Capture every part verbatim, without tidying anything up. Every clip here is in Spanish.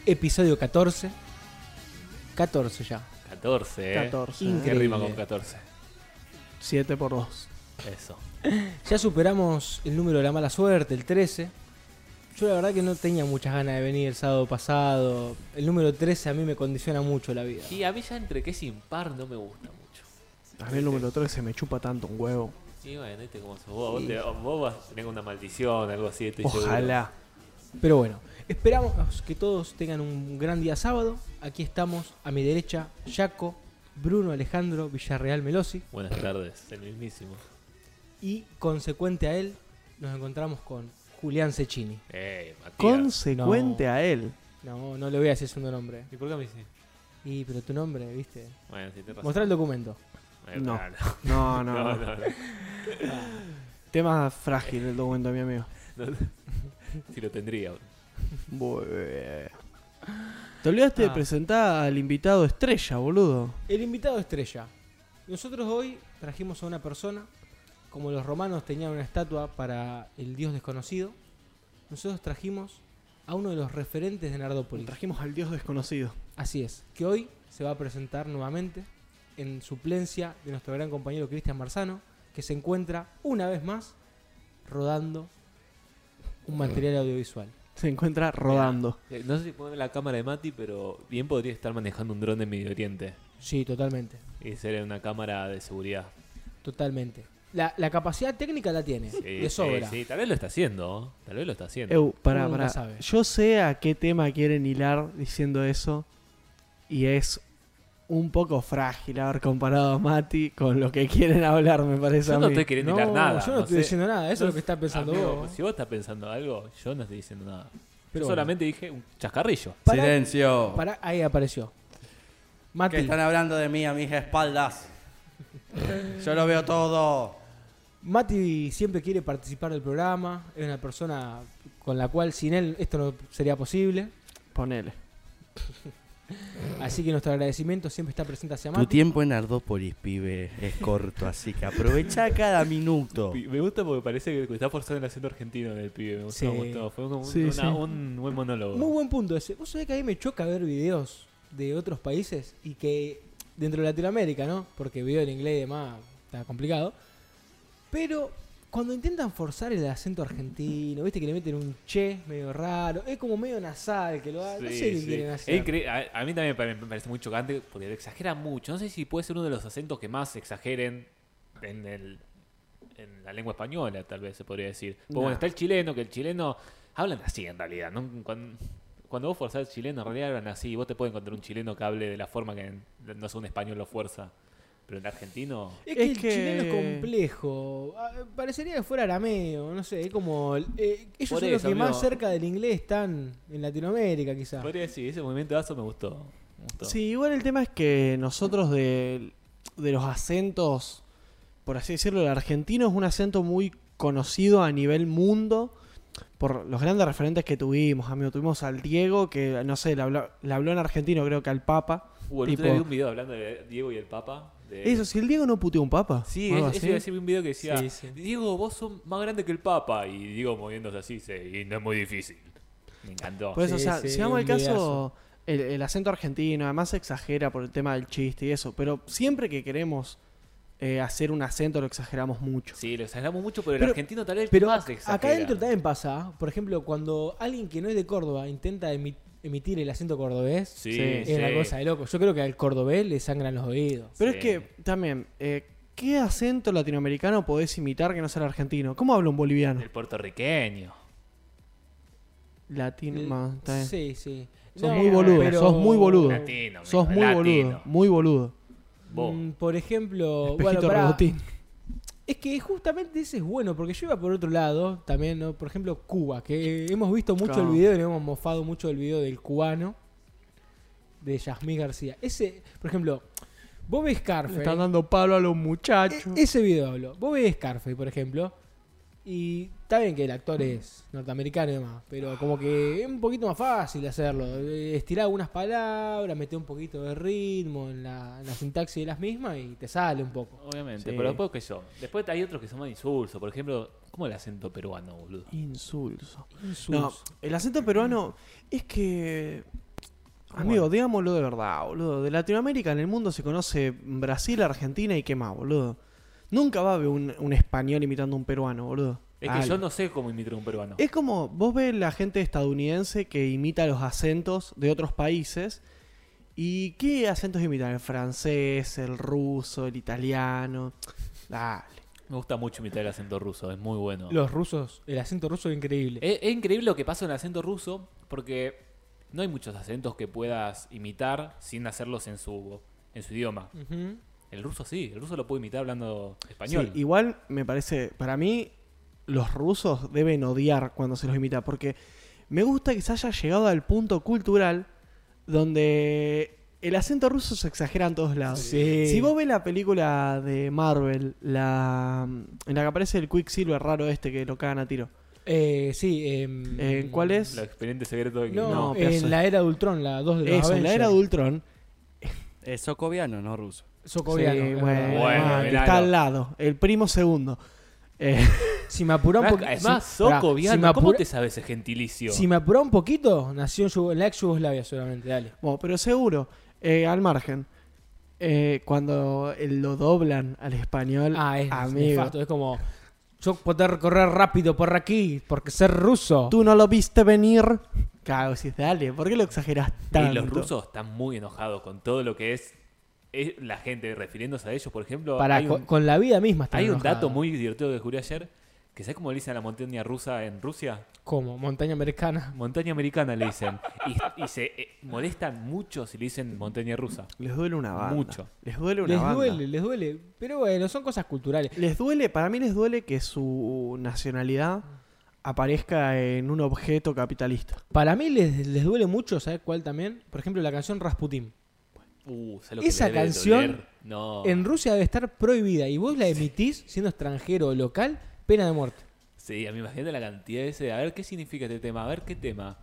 episodio catorce. catorce ya. catorce, ¿eh? catorce. Increíble. ¿Qué rima con catorce? siete por dos. Eso. Ya superamos el número de la mala suerte, el trece. Yo la verdad que no tenía muchas ganas de venir el sábado pasado. El número trece a mí me condiciona mucho la vida. Y a mí ya entre que es impar no me gusta mucho. A mí el número trece me chupa tanto un huevo. Y bueno, ¿viste cómo sos vos? Vos, te, vos vas a tener una maldición, algo así, estoy Ojalá. Pero bueno, esperamos que todos tengan un gran día sábado. Aquí estamos, a mi derecha, Jaco, Bruno Alejandro Villarreal Melosi. seguro. Buenas tardes, el mismísimo. Y consecuente a él, nos encontramos con Julián Cecchini. Eh, Matías. Consecuente No. a él. No, no le voy a decir segundo nombre. ¿Y por qué me dice? Y, pero tu nombre, ¿viste? Bueno, si te razón. Mostrar el documento. Eh, No. claro. No, no, No, no. no, no. Tema frágil el documento de mi amigo. No, si lo tendría. Bue- Te olvidaste Ah. de presentar al invitado estrella, boludo. El invitado estrella. Nosotros hoy trajimos a una persona, como los romanos tenían una estatua para el dios desconocido, nosotros trajimos a uno de los referentes de Nardópolis. Trajimos al dios desconocido. Así es, que hoy se va a presentar nuevamente en suplencia de nuestro gran compañero Cristian Marzano, que se encuentra una vez más rodando un material audiovisual. Se encuentra rodando. Eh, No sé si pone la cámara de Mati, pero bien podría estar manejando un dron de Medio Oriente. Sí, totalmente, Y ser una cámara de seguridad. totalmente. La, la capacidad técnica la tiene, Sí, de sí, sobra. sí, tal vez lo está haciendo. ¿eh? Tal vez lo está haciendo. Eu, pará, Uno nunca pará. sabe. Yo sé a qué tema quieren hilar diciendo eso. Y es un poco frágil haber comparado a Mati con lo que quieren hablar, me parece Yo a no mí. estoy queriendo No, hilar nada. yo no, estoy sé. diciendo nada, eso No es lo que está pensando amigo, vos. Si vos estás pensando algo, yo no estoy diciendo nada. Pero yo bueno. solamente dije un chascarrillo. Pará. Silencio. Pará, ahí apareció. Mati, Que están hablando de mí a mis espaldas. Yo lo veo todo. Mati siempre quiere participar del programa, es una persona con la cual sin él esto no sería posible. Ponele. Así que nuestro agradecimiento siempre está presente hacia Tu Mati. tiempo en Ardópolis, pibe, es corto, así que aprovecha cada minuto. Me gusta porque parece que está forzando el acento argentino en el pibe. Me gustó, Sí. me gustó. Fue como un, Sí, una- sí. un buen monólogo. Muy buen punto ese. Vos sabés que a mí me choca ver videos de otros países y que dentro de Latinoamérica, ¿no? Porque video en inglés y demás está complicado. Pero cuando intentan forzar el acento argentino, viste que le meten un che medio raro, es como medio nasal que lo hagan. No Sí, sé qué sí. quieren Es hacer. increíble. A, a mí también me pare- me parece muy chocante porque lo exagera mucho. No sé si puede ser uno de los acentos que más exageren en el en la lengua española, tal vez se podría decir. Porque Nah. bueno, está el chileno, que el chileno hablan así en realidad. ¿no? Cuando, cuando vos forzás al chileno, en realidad hablan así. Vos te puedes encontrar un chileno que hable de la forma que no sé, un español lo fuerza. Pero el argentino... Es que Es el que- chileno es complejo. Ah, Parecería que fuera arameo, no sé, es como... eh, ellos Por son eso, los que amigo. más cerca del inglés están en Latinoamérica, quizás. Podría decir, ese movimiento de aso me gustó. me gustó. Sí, igual el tema es que nosotros de, de los acentos, por así decirlo, el argentino es un acento muy conocido a nivel mundo por los grandes referentes que tuvimos, amigo. Tuvimos al Diego, que no sé, le habló, le habló en argentino, creo que al Papa. Hubo el tipo- otro día vi un video hablando de Diego y el Papa. de- Eso, si el Diego no puteó a un Papa. Sí, o algo es- eso así. iba a decir un video que decía, Sí, sí. Diego, vos sos más grande que el Papa. Y Diego moviéndose así, se- y no es muy difícil. Me encantó. Por eso, Sí, o sea, sí, si vamos al un caso, videazo. el, el acento argentino, además se exagera por el tema del chiste y eso, pero siempre que queremos eh, hacer un acento lo exageramos mucho. Sí, lo exageramos mucho, pero el Pero- argentino tal vez Pero más acá exagera. adentro también pasa, por ejemplo, cuando alguien que no es de Córdoba intenta emi- emitir el acento cordobés, Sí, Sí, es sí. una cosa de loco. Yo creo que al cordobés le sangran los oídos. Pero Sí. es que también, eh, ¿qué acento latinoamericano podés imitar que no sea el argentino? ¿Cómo habla un boliviano? El puertorriqueño. Latino, El- ma, está bien. Sí, sí. Sos No, muy boludo, pero- sos muy boludo. Latino. amigo, Sos muy latino. boludo, muy boludo. Vos. Mm, por ejemplo, Espejito bueno, pará. rebotín. Es que justamente ese es bueno, porque yo iba por otro lado también, ¿no? Por ejemplo, Cuba, que hemos visto mucho Claro. el video y nos hemos mofado mucho del video del cubano, de Yasmín García. Ese, por ejemplo, vos ves Le Scarface. están dando palo a los muchachos. E- ese video hablo. Vos ves Scarface, por ejemplo, y está bien que el actor es norteamericano y demás, pero como que es un poquito más fácil hacerlo. Eh, Estirar algunas palabras, meter un poquito de ritmo en la, en la sintaxis de las mismas y te sale un poco. Obviamente, Sí. pero después que son. Después hay otros que son más insulsos. Por ejemplo, ¿cómo el acento peruano, boludo? Insulso. No, Insulso. el acento peruano es que Amigo, digámoslo de verdad, boludo. De Latinoamérica en el mundo se conoce Brasil, Argentina y qué más, boludo. Nunca va a haber un, un español imitando a un peruano, boludo. Es Dale. que yo no sé cómo imitar a un peruano. Es como, vos ves la gente estadounidense que imita los acentos de otros países. ¿Y qué acentos imitan? El francés, el ruso, el italiano. Dale. Me gusta mucho imitar el acento ruso, es muy bueno. Los rusos, el acento ruso es increíble. Es, es increíble lo que pasa en el acento ruso porque no hay muchos acentos que puedas imitar sin hacerlos en su, en su idioma. Ujú. El ruso sí, el ruso lo puede imitar hablando español. Sí, igual me parece, para mí, los rusos deben odiar cuando se los imita, porque me gusta que se haya llegado al punto cultural donde el acento ruso se exagera en todos lados. Sí. Si vos ves la película de Marvel, la en la que aparece el Quicksilver raro este que lo cagan a tiro. Eh, sí. em, Eh, ¿Cuál es? Los expedientes secretos de No, No, en pedazo de- la era de Ultron, la dos de los Eso, en la Avengers. era de Ultron. Es socoviano, no ruso. Socoviano. Sí, es bueno, verdad. Bueno, ah, que miralo. está al lado. El primo segundo. Eh, Si me apuró un poquito. Es más, si, pará, socoviano, si me ¿cómo apura- te sabes ese gentilicio? Si me apuró un poquito, nació en, Yugo- en la ex Yugoslavia solamente, dale. bueno, pero seguro, eh, al margen. Eh, cuando eh, lo doblan al español, Ah, es amigo. nefasto. Es como, yo poder correr rápido por aquí, porque ser ruso. Tú no lo viste venir. Cago, si dale, ¿por qué lo exageras tanto? Y los rusos están muy enojados con todo lo que es, es la gente refiriéndose a ellos. Por ejemplo, Para, hay con, un, con la vida misma está hay un enojado. dato muy divertido que descubrí ayer. Que ¿sabes cómo le dicen a la montaña rusa en Rusia? Como montaña americana. Montaña americana le dicen. Y, y se eh, molestan mucho si le dicen montaña rusa. Les duele una banda. Mucho. Les duele una Les banda. duele, les duele. Pero bueno, son cosas culturales. Les duele, para mí les duele que su nacionalidad aparezca en un objeto capitalista. Para mí les, les duele mucho, ¿sabes cuál también? Por ejemplo, la canción Rasputín. Uh, ¿sabes lo que Esa me debe canción doler? No. En Rusia debe estar prohibida y vos la emitís siendo extranjero o local, pena de muerte. Sí, a mí imagínate la cantidad de ese. A ver qué significa este tema. A ver qué tema.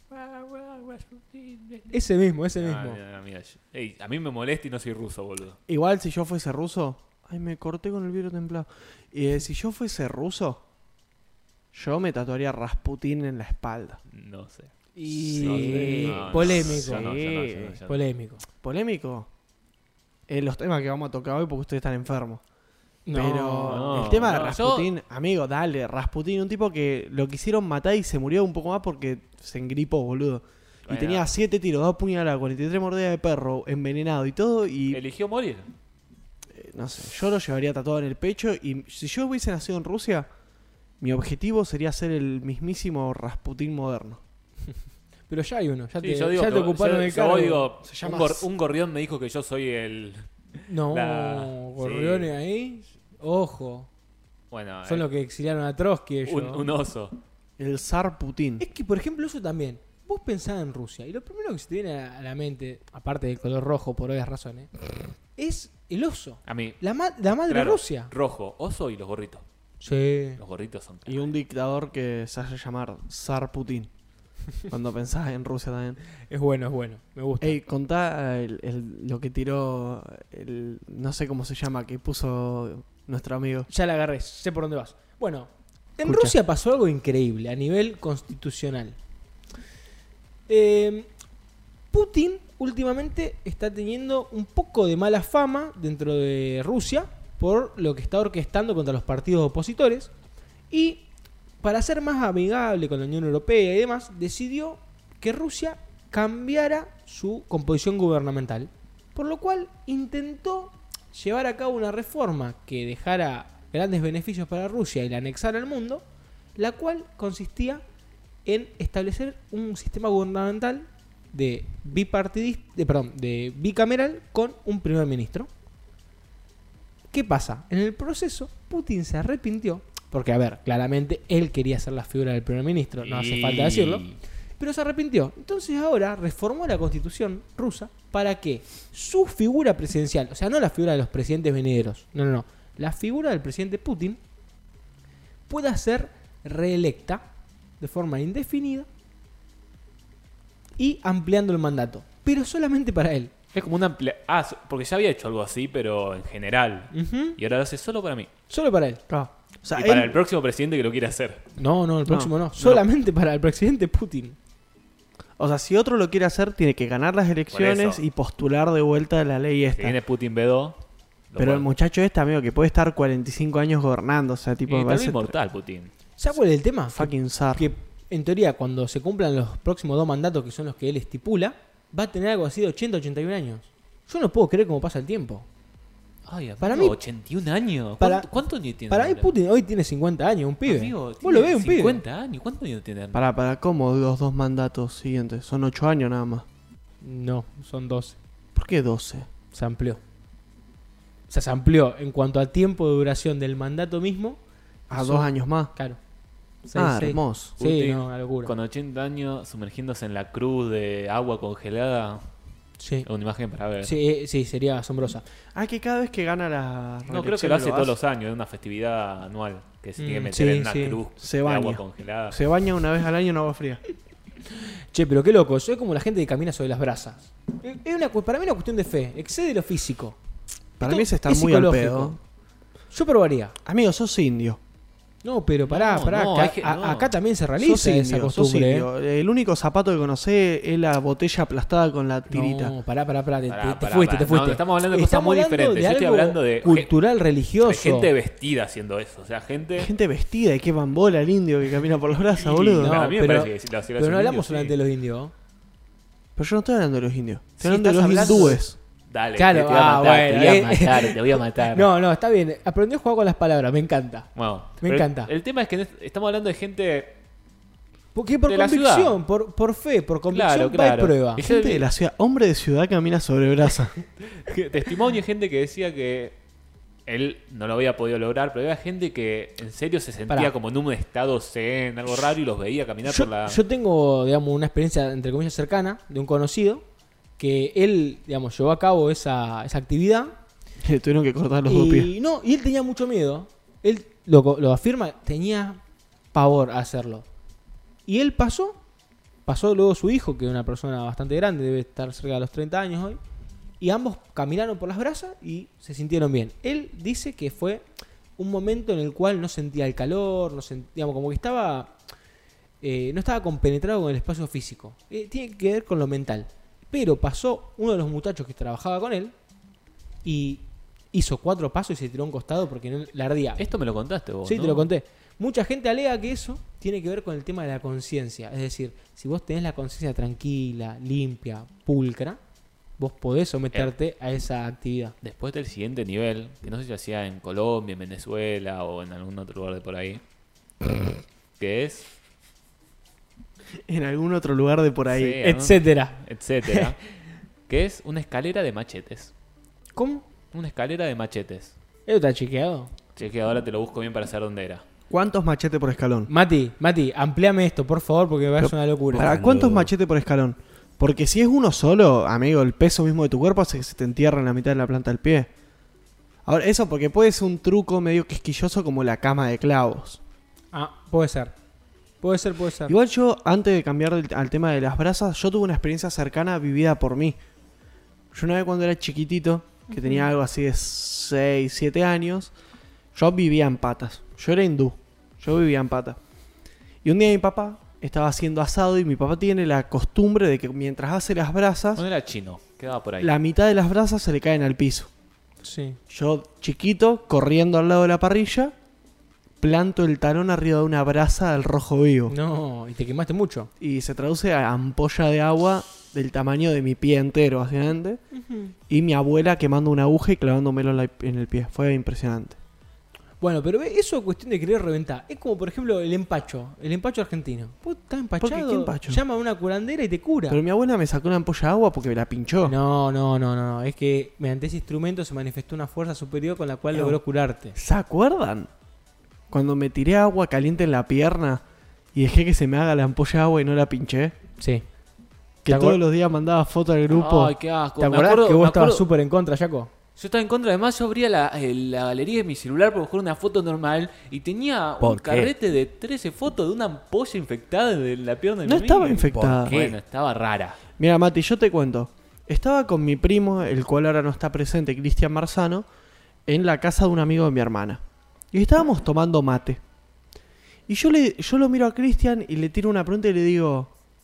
Ese mismo, ese Ah, mismo. mira, mira, yo- ey, a mí me molesta y no soy ruso, boludo. Igual si yo fuese ruso... Ay, me corté con el vidrio templado. Eh, si yo fuese ruso, yo me tatuaría Rasputín en la espalda. No sé. Y Sí. No, no, polémico. yo no, yo no, yo no, yo no. Polémico. ¿Polémico? En los temas que vamos a tocar hoy porque ustedes están enfermos. No, Pero no, el tema de no, Rasputín, amigo, dale, Rasputín, un tipo que lo quisieron matar y se murió un poco más porque se engripó, boludo. Y Bueno. tenía siete tiros, dos puñaladas, cuarenta y tres mordidas de perro, envenenado y todo. Y Eligió morir. eh, no sé, yo lo llevaría tatuado en el pecho. Y si yo hubiese nacido en Rusia, mi objetivo sería ser el mismísimo Rasputín moderno. pero ya hay uno. Ya Sí, te, yo digo ya que- te ocuparon yo- el yo cargo. digo, Se llama un, gor- S- un gorrión me dijo que yo soy el. No, la- gorriones sí. ahí. Ojo. Bueno, Son eh, los que exiliaron a Trotsky ellos. un, un oso. El zar Putin. Es que, por ejemplo, eso también. Vos pensás en Rusia y lo primero que se te viene a la mente, aparte del color rojo por obvias razones, es el oso. A mí. La, ma- la madre claro, Rusia. Rojo, oso y los gorritos. Sí. Los gorritos son. Y un dictador que se hace llamar zar Putin. Cuando pensás en Rusia también. Es bueno, es bueno. Me gusta. Ey, contá el- el- lo que tiró el, no sé cómo se llama, que puso nuestro amigo. Ya la agarré, sé por dónde vas. Bueno, en Escucha. Rusia pasó algo increíble a nivel constitucional. Eh, Putin últimamente está teniendo un poco de mala fama dentro de Rusia por lo que está orquestando contra los partidos opositores y para ser más amigable con la Unión Europea y demás, decidió que Rusia cambiara su composición gubernamental, por lo cual intentó llevar a cabo una reforma que dejara grandes beneficios para Rusia y la anexara al mundo, la cual consistía en establecer un sistema gubernamental de bipartidista, de, perdón, de bicameral con un primer ministro. ¿Qué pasa? En el proceso, Putin se arrepintió, porque a ver, claramente él quería ser la figura del primer ministro, no hace falta decirlo, pero se arrepintió. Entonces ahora reformó la constitución rusa para que su figura presidencial, o sea, no la figura de los presidentes venideros, no, no, no, la figura del presidente Putin pueda ser reelecta de forma indefinida y ampliando el mandato, pero solamente para él. Es como una amplia... Ah, so- porque ya había hecho algo así, pero en general. Ujú. Y ahora lo hace solo para mí. Solo para él. O sea, y para él- el próximo presidente que lo quiera hacer. No, no, el próximo no. no. Solamente para el presidente Putin. O sea, si otro lo quiere hacer, tiene que ganar las elecciones eso. y postular de vuelta la ley Si esta. viene Putin B dos. Pero el muchacho este, amigo, que puede estar cuarenta y cinco años gobernando, o sea, tipo, me Tipo, parece inmortal Putin. ¿Sabes cuál es el tema? fucking zar. Que en teoría, cuando se cumplan los próximos dos mandatos, que son los que él estipula, va a tener algo así de ochenta, ochenta y un años. Yo no puedo creer cómo pasa el tiempo. Ay, amigo, Para mí- ochenta y un años. para- ¿Cuánto, cuántos años tiene? Para mí ahora? Putin hoy tiene cincuenta años, un pibe. Amigo, Vos tiene lo ves un pibe. cincuenta años. ¿Cuántos años tiene? Para, para, ¿cómo los dos mandatos siguientes? Son ocho años nada más. No, son doce. ¿Por qué doce? Se amplió. O sea, se amplió en cuanto a tiempo de duración del mandato mismo. A Son- dos años más. Claro. Seis, Ah, seis. hermoso. Sí, Putin, no, una locura. Con ochenta años sumergiéndose en la cruz de agua congelada. Sí. Es una imagen para ver. Sí, eh, sí, sería asombrosa. Ah, que cada vez que gana la No, creo que lo hace todos los años. Es una festividad anual. Que se tiene que Mm, meter sí, en una sí. cruz Se de agua baña. congelada. Se baña una vez al año en agua fría. Che, pero qué loco. Soy como la gente que camina sobre las brasas. Es es una, cu- para mí una cuestión de fe. Excede lo físico. Para Esto mí se está es muy al psicológico. pedo. Yo probaría. Amigo, sos indio. No, pero pará, No, pará. no, acá, hay que- a- no. acá también se realiza Sos esa indio, sos costumbre. ¿eh? indio. El único zapato que conocés es la botella aplastada con la tirita. No, pará, pará, pará. Te, Pará, te- te pará, fuiste, pará. te fuiste. No, estamos hablando de cosas Estamos muy hablando diferentes. de Yo estoy algo hablando de cultural, religioso. De gente vestida haciendo eso. O sea, gente. Hay gente vestida y qué bambola el indio que camina por los brazos, Sí, boludo. no, a mí me pero- parece que si lo hacía Pero no un hablamos indio, solamente sí. de los indios. Pero yo no estoy hablando de los indios. Estoy Sí, hablando de estás los hablando- hindúes. Dale, Claro, te voy a ah, matar, te bueno, voy a eh. matar, te voy a matar. No, no, está bien. Aprendió a jugar con las palabras, me encanta. Bueno, Me pero encanta. El, el tema es que en este- estamos hablando de gente. Porque por De la convicción, ciudad. por, por fe, por convicción, Claro, va y claro. prueba. Y Gente de la ciudad, hombre de ciudad camina sobre brasa. que- testimonio, gente que decía que él no lo había podido lograr, pero había gente que en serio se sentía Pará. como en un estado zen, algo raro, y los veía caminar Yo, por la. yo tengo, digamos, una experiencia, entre comillas, cercana de un conocido que él, digamos, llevó a cabo esa, esa actividad Le tuvieron que cortar los dos pies. y, no, y él tenía mucho miedo. Él lo, co- lo afirma, tenía pavor a hacerlo. Y él pasó, pasó luego su hijo, que es una persona bastante grande, debe estar cerca de los treinta años hoy, y ambos caminaron por las brasas y se sintieron bien. Él dice que fue un momento en el cual no sentía el calor, no sent- digamos, como que estaba, eh, no estaba compenetrado con el espacio físico. Eh, tiene que ver con lo mental. Pero pasó uno de los muchachos que trabajaba con él y hizo cuatro pasos y se tiró a un costado porque no le ardía. Esto me lo contaste vos. Sí, ¿no? te lo conté. Mucha gente alega que eso tiene que ver con el tema de la conciencia. Es decir, si vos tenés la conciencia tranquila, limpia, pulcra, vos podés someterte a esa actividad. Después del siguiente nivel, que no sé si se hacía en Colombia, en Venezuela o en algún otro lugar de por ahí, que es, En algún otro lugar de por ahí. Sí. Etcétera. etcétera, que es una escalera de machetes. ¿Cómo? Una escalera de machetes. ¿Eso está chequeado? Che, que ahora te lo busco bien para saber dónde era. ¿Cuántos machetes por escalón? Mati, Mati, ampliame esto, por favor, porque me parece Pero, una locura. ¿Para cuántos machetes por escalón? Porque si es uno solo, amigo, el peso mismo de tu cuerpo hace que se te entierra en la mitad de la planta del pie. Ahora, eso porque puede ser un truco medio quisquilloso como la cama de clavos. Ah, puede ser. Puede ser, puede ser. Igual yo, antes de cambiar del- al tema de las brasas, yo tuve una experiencia cercana vivida por mí. Yo una vez cuando era chiquitito, que tenía algo así de seis, siete años, yo vivía en patas. Yo era hindú. Yo vivía en patas. Y un día mi papá estaba haciendo asado y mi papá tiene la costumbre de que mientras hace las brasas, No era chino, quedaba por ahí. la mitad de las brasas se le caen al piso. Sí. Yo, chiquito, corriendo al lado de la parrilla, planto el talón arriba de una brasa al rojo vivo. No, y te quemaste mucho. Y se traduce a ampolla de agua del tamaño de mi pie entero, básicamente. Y mi abuela quemando una aguja y clavándomelo en, la- en el pie. Fue impresionante. Bueno, pero ve, eso es cuestión de querer reventar. Es como, por ejemplo, el empacho. El empacho argentino. Vos estás empachado, ¿Qué empacho? llama a una curandera y te cura. Pero mi abuela me sacó una ampolla de agua porque me la pinchó. No, no, no, no, no. Es que mediante ese instrumento se manifestó una fuerza superior con la cual Pero- logró curarte. ¿Se acuerdan? Cuando me tiré agua caliente en la pierna y dejé que se me haga la ampolla de agua y no la pinché. Sí. Que ¿Te todos acuer- los días mandaba foto al grupo. Ay, qué asco. ¿Te Me acordás acuerdo- que me vos acuerdo- estabas súper en contra, Jaco? Yo estaba en contra. Además, yo abría la, eh, la galería de mi celular para buscar una foto normal y tenía un ¿Por qué? carrete de trece fotos de una ampolla infectada de la pierna de No mi estaba amigo. infectada. ¿Qué? Bueno, estaba rara. Mira, Mati, yo te cuento. Estaba con mi primo, el cual ahora no está presente, Cristian Marzano, en la casa de un amigo de mi hermana. Y estábamos tomando mate. Y yo, le, yo lo miro a Cristian y le tiro una pregunta y le digo,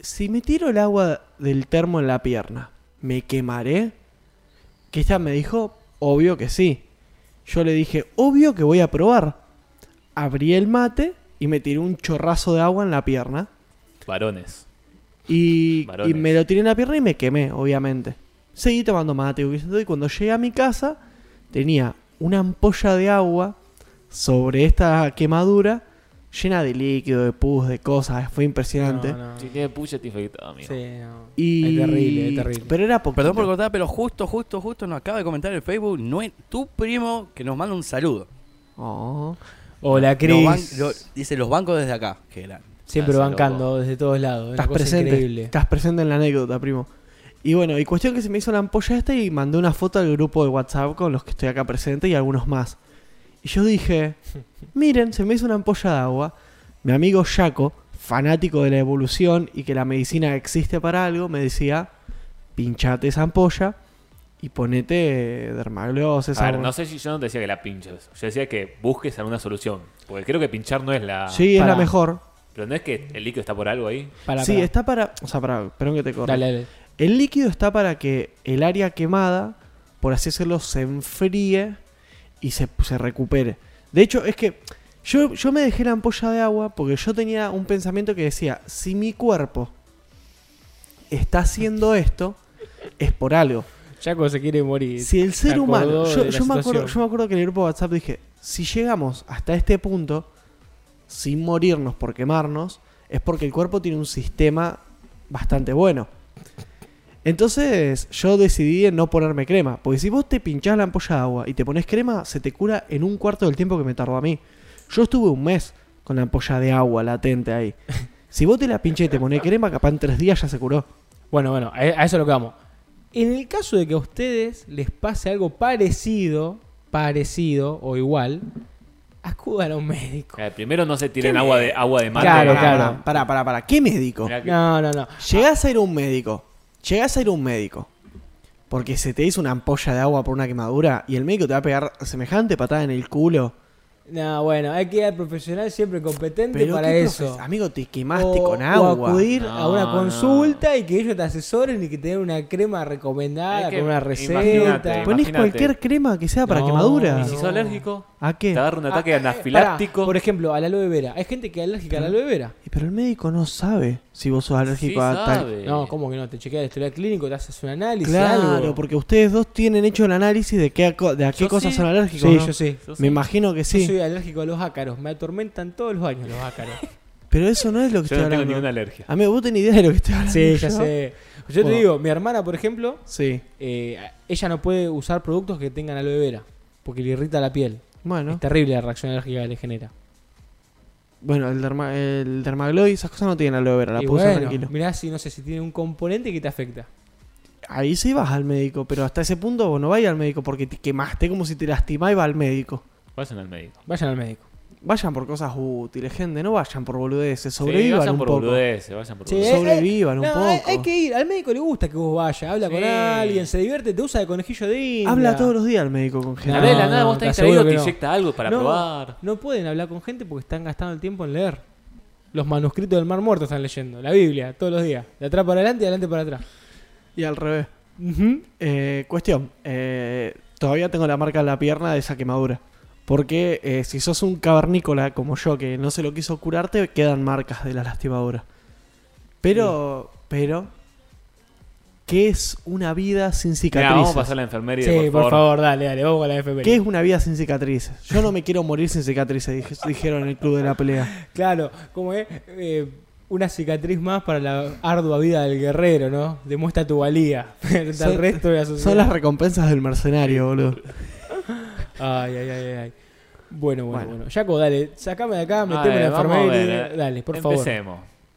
si me tiro el agua del termo en la pierna, ¿me quemaré? Que ella me dijo, obvio que sí. Yo le dije, obvio que voy a probar. Abrí el mate y me tiré un chorrazo de agua en la pierna. Varones. Y, Varones. y me lo tiré en la pierna y me quemé, obviamente. Seguí tomando mate. Y cuando llegué a mi casa, tenía una ampolla de agua sobre esta quemadura llena de líquido, de pus, de cosas. Fue impresionante. No, no. Si tiene puya, te infectado, amigo. Sí, no. Y... Es terrible, es terrible. Pero era poquito. Perdón por cortar, pero justo, justo, justo nos acaba de comentar en Facebook no es tu primo que nos manda un saludo. Oh. Hola, Los Cris. ban- lo- dice los bancos desde acá. Que eran. Siempre Gracias, bancando desde todos lados. Es Estás una cosa presente. increíble. Estás presente en la anécdota, primo. Y bueno, y cuestión que se me hizo la ampolla esta y mandé una foto al grupo de WhatsApp con los que estoy acá presente y algunos más. Y yo dije, miren, se me hizo una ampolla de agua. Mi amigo Jaco, fanático de la evolución y que la medicina existe para algo, me decía, pinchate esa ampolla y ponete dermaglosis. A ver, agua". no sé si yo no te decía que la pinches. Yo decía que busques alguna solución. Porque creo que pinchar no es la... Sí, es Pará. la mejor. Pero no es que el líquido está por algo ahí. Para, sí, para. está para... O sea, para... Perdón que te corte. Dale, dale. El líquido está para que el área quemada, por así decirlo, se enfríe y se, se recupere. De hecho, es que yo, yo me dejé la ampolla de agua porque yo tenía un pensamiento que decía, si mi cuerpo está haciendo esto, es por algo. Jaco se quiere morir. Si el Se ser humano... acordó Yo, de la yo me acuerdo, situación. yo me acuerdo que en el grupo de WhatsApp dije, si llegamos hasta este punto, sin morirnos por quemarnos, es porque el cuerpo tiene un sistema bastante bueno. Entonces yo decidí en no ponerme crema. Porque si vos te pinchás la ampolla de agua y te pones crema, se te cura en un cuarto del tiempo que me tardó a mí. Yo estuve un mes con la ampolla de agua latente ahí. Si vos te la pinché y te pones crema, capaz en tres días ya se curó. Bueno, bueno, a a eso es lo que vamos. En el caso de que a ustedes les pase algo parecido, parecido o igual, acudan a un médico. Eh, primero no se tiren ¿Qué agua me- de, agua de mate. Claro, Pará, claro. Pará, pará, pará. ¿Qué médico? Mirá que- No, no, no. Llegás a ir a un médico. Llegás a ir a un médico. Porque se te hizo una ampolla de agua por una quemadura y el médico te va a pegar semejante patada en el culo. No, bueno, hay que ir al profesional siempre competente Pero para ¿qué eso. profe- Amigo, te quemaste O- con O agua. acudir No, a una no. consulta y que ellos te asesoren y que te den una crema recomendada Es que con una imagínate, receta. Ponés Imagínate. cualquier crema que sea para No, quemadura. ¿Y si sos No. alérgico? ¿A qué? Te agarra un Ah, ataque eh, anafiláctico. pará, por ejemplo, al aloe vera. Hay gente que es alérgica al aloe vera. Y Pero el médico no sabe si vos sos alérgico Sí a tal. sabe. No, ¿cómo que no? Te chequea el historial clínico, te haces un análisis, Claro, algo. porque ustedes dos tienen hecho el análisis de qué, co- de a qué Yo cosas sí. son alérgicos. Sí, ¿no? yo sí. Yo Me sí. imagino que Yo sí. soy alérgico a los ácaros. Me atormentan todos los años los ácaros. Pero eso no es lo que Yo estoy no tengo hablando. ninguna alergia. Amigo, vos tenés idea de lo que estoy hablando. Sí, ya yo? sé. Yo Bueno. te digo, mi hermana, por ejemplo, Sí. eh, ella no puede usar productos que tengan aloe vera. Porque le irrita la piel. Bueno, Es terrible la reacción alérgica que le genera. bueno, el, derma, el dermagloy y esas cosas no tienen aloe vera, la Y puedo usar bueno, tranquilo. mirá si no sé si tiene un componente que te afecta. Ahí sí vas al médico, pero hasta ese punto vos no vayas al médico porque te quemaste como si te lastimás y vas al médico. Vayan al médico. Vayan al médico. Vayan por cosas útiles, gente, no vayan por boludeces, Sí, sobrevivan vayan un por poco. boludeces, vayan por Sí, boludeces. eh, Sobrevivan un No, poco. hay, hay que ir. Al médico le gusta que vos vayas. Habla con Sí. alguien, se divierte, te usa de conejillo de India. Habla todos los días al médico con A gente. ver, de la No, nada no, vos te estás aseguro distraído, te que no. inyecta algo para No, probar. No pueden hablar con gente porque están gastando el tiempo en leer. Los manuscritos del Mar Muerto están leyendo. La Biblia, todos los días. De atrás para adelante y de adelante para atrás. Y al revés. Ujú. Eh, cuestión, eh, todavía tengo la marca en la pierna de esa quemadura. Porque eh, si sos un cavernícola como yo que no se lo quiso curarte, quedan marcas de la lastimadura. Pero, pero, ¿qué es una vida sin Mirá, cicatrices? vamos a pasar a la enfermería, Sí, por, por favor, dale, dale. Vamos con la F P. ¿Qué es una vida sin cicatrices? Yo no me quiero morir sin cicatrices, dije- dijeron en el club de la pelea. Claro, como es eh, una cicatriz más para la ardua vida del guerrero, ¿no? Demuestra tu valía frente al Son- resto de la sociedad. Son las recompensas del mercenario, boludo. Ay, ay, ay, ay. Bueno, bueno, Bueno. bueno. Jaco, dale, sacame de acá, A meteme en ver, la vamos a enfermería. ver, Dale, por favor. Empecemos.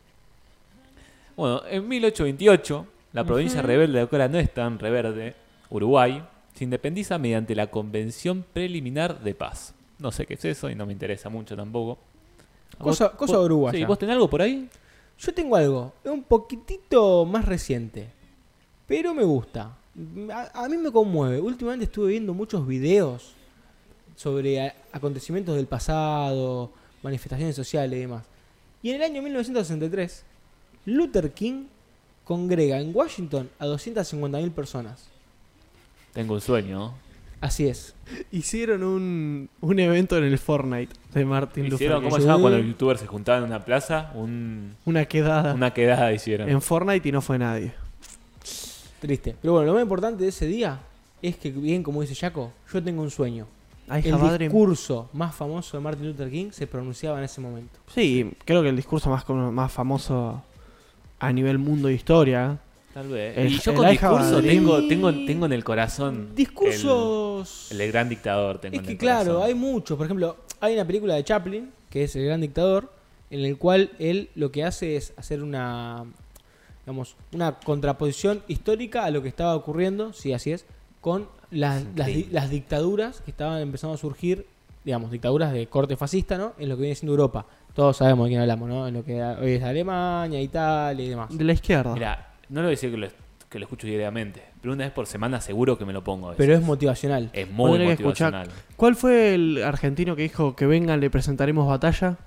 Bueno, en mil ochocientos veintiocho, la provincia rebelde de Ocola no es tan reverde, Uruguay, se independiza mediante la Convención Preliminar de Paz. No sé qué es eso y no me interesa mucho tampoco. Cosa- ¿Vos- cosa vos- uruguaya. Sí, ¿vos tenés algo por ahí? Yo tengo algo, es un poquitito más reciente, pero me gusta. A, a mí me conmueve. Últimamente estuve viendo muchos videos sobre a- acontecimientos del pasado, manifestaciones sociales y demás. Y en el año mil novecientos sesenta y tres, Luther King congrega en Washington a doscientas cincuenta mil personas. Tengo un sueño. Así es. Hicieron un, un evento en el Fortnite de Martin Luther Hicieron, King. ¿cómo se llama cuando los youtubers se juntaban en una plaza? Un, Una quedada una quedada hicieron. en Fortnite y no fue nadie. Triste. Pero bueno, lo más importante de ese día es que, bien como dice Jaco, yo tengo un sueño. Ay, El Javadre. discurso más famoso de Martin Luther King se pronunciaba en ese momento. Sí, creo que el discurso más, cono- más famoso a nivel mundo de historia. Tal vez. El- y yo el con I discurso have a dream. tengo, tengo, tengo en el corazón. Discursos... El, el gran dictador. Tengo Es en que el claro, corazón. hay muchos. Por ejemplo, hay una película de Chaplin, que es El Gran Dictador, en el cual él lo que hace es hacer una, digamos, una contraposición histórica a lo que estaba ocurriendo, sí, así es, con las, las, di- las dictaduras que estaban empezando a surgir, digamos, dictaduras de corte fascista, ¿no? En lo que viene siendo Europa. Todos sabemos de quién hablamos, ¿no? En lo que hoy es Alemania, Italia y demás. De la izquierda. Mira, no le voy a decir que lo, que lo escucho diariamente, pero una vez por semana seguro que me lo pongo. eso. Pero es motivacional. Es muy Ponele que escuchar- motivacional. ¿Cuál fue el argentino que dijo que vengan, le presentaremos batalla?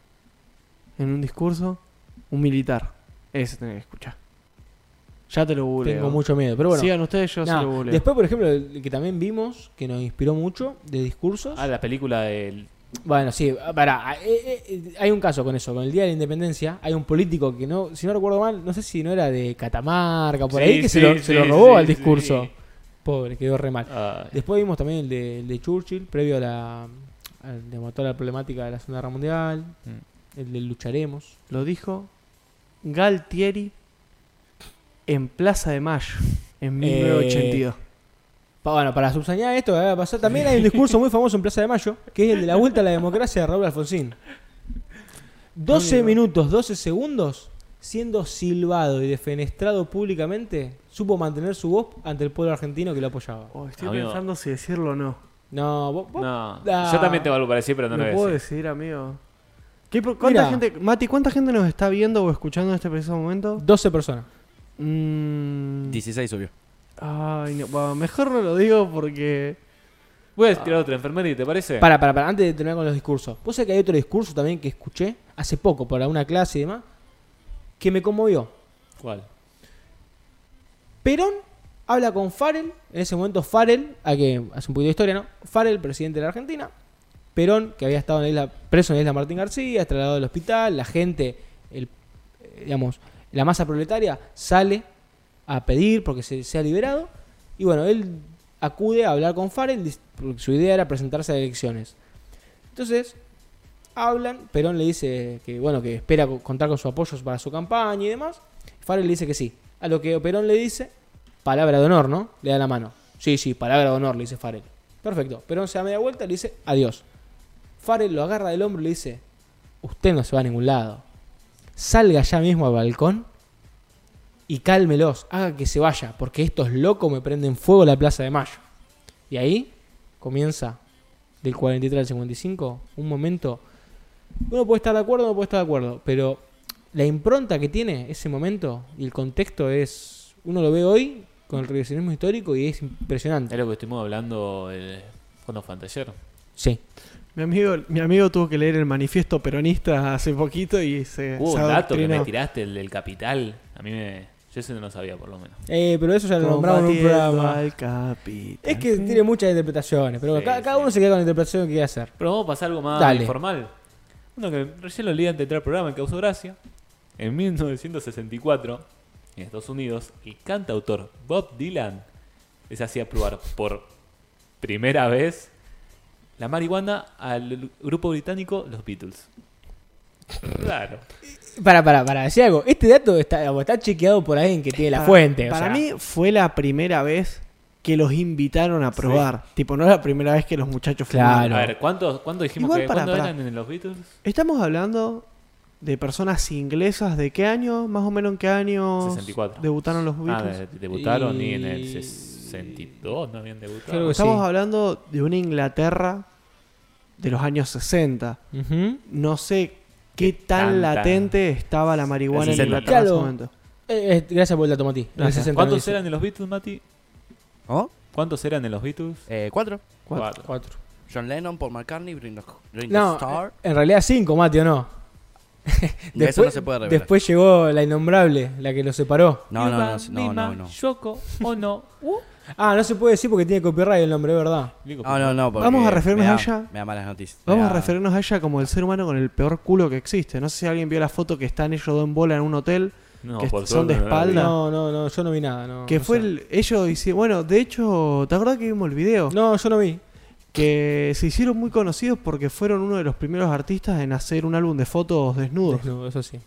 En un discurso. Un militar. Ese tenés que escuchar. Ya te lo googleo. Tengo mucho miedo. Pero bueno, Sigan ustedes, yo nada, se lo googleo. después, por ejemplo, el que también vimos, que nos inspiró mucho, de discursos. Ah, la película del. Bueno, sí, para, hay un caso con eso, con el Día de la Independencia, hay un político que no, si no recuerdo mal, no sé si no era de Catamarca, por Sí, ahí, que sí, se, lo, se sí, lo robó sí, al discurso. sí. Pobre, quedó re mal. Ay, Después vimos también el de, el de Churchill, previo a la, al- digamos, toda la problemática de la Segunda Guerra Mundial, Mm. el de Lucharemos. Lo dijo Galtieri en Plaza de Mayo. En mil novecientos ochenta y dos. Pa- bueno, para subsañar esto, que va a pasar, también hay un discurso muy famoso en Plaza de Mayo, que es el de la vuelta a la democracia de Raúl Alfonsín. doce Amigo. minutos, doce segundos, siendo silbado y defenestrado públicamente, supo mantener su voz ante el pueblo argentino que lo apoyaba. Oh, estoy Amigo. pensando si decirlo o no. No, vos, vos- No, Ah. yo también tengo algo para decir, pero no ¿Lo lo voy puedo a decir. decir, amigo? ¿Qué pro- ¿Cuánta Mira. gente, Mati, cuánta gente nos está viendo o escuchando en este preciso momento? doce personas. Mm, dieciséis subió. ay, no, bueno, mejor no lo digo porque... Voy a tirar otra enfermera y ¿te parece? Para, para, para, antes de terminar con los discursos. Vos sabés que hay otro discurso también que escuché hace poco para una clase y demás, que me conmovió. ¿Cuál? Perón habla con Farrell, en ese momento Farrell, a que hace un poquito de historia, ¿no? Farrell, presidente de la Argentina. Perón, que había estado en la isla, preso en la isla Martín García, trasladado al hospital, la gente, el, eh, digamos, la masa proletaria sale a pedir porque se sea liberado. Y bueno, él acude a hablar con Farrell, dis- porque su idea era presentarse a elecciones. Entonces, hablan, Perón le dice que bueno, que espera co- contar con su apoyo para su campaña y demás. Farrell le dice que sí. A lo que Perón le dice, palabra de honor, ¿no? Le da la mano. Sí, sí, palabra de honor, le dice Farrell. Perfecto. Perón se da media vuelta y le dice adiós. Farrell lo agarra del hombro y le dice, usted no se va a ningún lado. Salga ya mismo al balcón y cálmelos, haga que se vaya, porque estos locos me prenden fuego la Plaza de Mayo. Y ahí comienza, del cuarenta y tres al cincuenta y cinco, un momento. Uno puede estar de acuerdo, no puede estar de acuerdo, pero la impronta que tiene ese momento y el contexto es. Uno lo ve hoy con el revisionismo histórico y es impresionante. Es lo que estuvimos hablando el, cuando fue anteayer. Sí. Mi amigo, mi amigo tuvo que leer el manifiesto peronista hace poquito y se, Hubo se un dato que adoctrinó. me tiraste, el del Capital. A mí me. Yo ese no lo sabía, por lo menos. Eh, pero eso ya lo nombramos en un Combatiendo programa. al capitán. Es que tiene muchas interpretaciones, pero Sí, cada, cada sí. uno se queda con la interpretación que quiere hacer. Pero vamos a pasar a algo más Dale. informal. Uno que recién lo leí antes de entrar al programa y causó gracia. En mil novecientos sesenta y cuatro, en Estados Unidos, el cantautor Bob Dylan les hacía probar por primera vez la marihuana al grupo británico Los Beatles. Claro. Para, para, para, decir algo. Este dato está, o está chequeado por alguien que tiene la Para- fuente. o Para sea. mí fue la primera vez que los invitaron a probar. Tipo, no es la primera vez que los muchachos Claro. fumaron. A ver, ¿cuántos cuánto dijimos Igual que para- cuándo para. eran en los Beatles? Estamos hablando de personas inglesas de qué año, más o menos en qué año sesenta y cuatro. debutaron los Ah, Beatles. de- debutaron y... Y- en el sesenta y dos no habían debutado. Creo que Estamos sí. hablando de una Inglaterra de los años sesenta. Ujú. No sé qué tan Tanta. latente estaba la marihuana en sesenta. Inglaterra en ese Claro. momento. Eh, eh, gracias por el dato, Mati. Gracias. El sesenta ¿Cuántos no dice. eran de los Beatles, Mati? ¿Oh? ¿Cuántos eran de los Beatles? Eh, cuatro. Cuatro. Cuatro. John Lennon, Paul McCartney, Ringo, Ringo No, Starr. en realidad cinco, Mati, ¿o no? De eso no se puede revelar. Después llegó la innombrable, la que lo separó. No, no, no, Yuba, no, Mima, no, no. Yoko, Ono, uh. Ah, no se puede decir porque tiene copyright el nombre, es verdad. No, no, no. porque Vamos a referirnos me da- a ella. Me da malas noticias. Vamos Me a da- referirnos a ella como el ser humano con el peor culo que existe. No sé si alguien vio la foto que están ellos dos en bola en un hotel. No, que por son de suerte no la vi. espalda. No, no, no, yo no vi nada. No, que no fue sé. el, ellos hicieron, bueno, de hecho, ¿te acordás que vimos el video? No, yo no vi. Que se hicieron muy conocidos porque fueron uno de los primeros artistas en hacer un álbum de fotos desnudos. Desnudo, eso sí.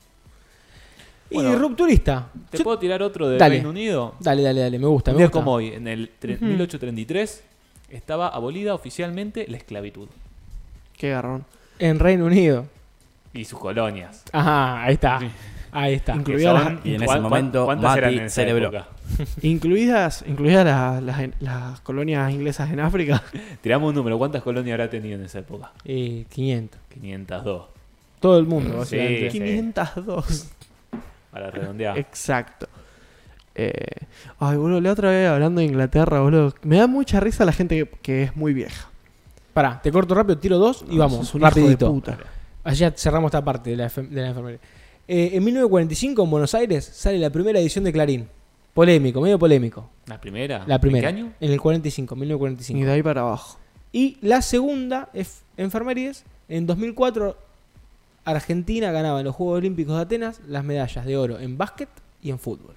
Y Bueno, rupturista. ¿Te Yo- puedo tirar otro de Dale. Reino Unido? Dale, dale, dale, me gusta. Un Me día gusta. como hoy, en el tre- Ujú. mil ochocientos treinta y tres, estaba abolida oficialmente la esclavitud Qué garrón. En Reino Unido. y sus colonias. Ajá, ahí está. Sí. Ahí está. Inclu- Que Incluida son- las- Y en ese ¿cuán- momento, ¿Cuántas Mati eran en esa celebró. época? Incluidas, incluidas las, las- las colonias inglesas en África. Tiramos un número, ¿cuántas colonias habrá tenido en esa época? Eh, quinientos. quinientos dos. Todo el mundo, Sí. básicamente. quinientos dos. Para redondear. Exacto. Eh, ay, boludo, la otra vez hablando de Inglaterra, boludo. Me da mucha risa la gente que, que es muy vieja. Pará, te corto rápido, tiro dos y No, vamos, sos un hijo de rapidito. puta. Allá cerramos esta parte de la, enfer- de la enfermería. Eh, en mil novecientos cuarenta y cinco, en Buenos Aires, sale la primera edición de Clarín. Polémico, medio polémico. ¿La primera? La primera. ¿En qué año? En el cuarenta y cinco, mil novecientos cuarenta y Y cinco. de ahí para abajo. Y la segunda, es enfermerías, en dos mil cuatro, Argentina ganaba en los Juegos Olímpicos de Atenas las medallas de oro en básquet y en fútbol.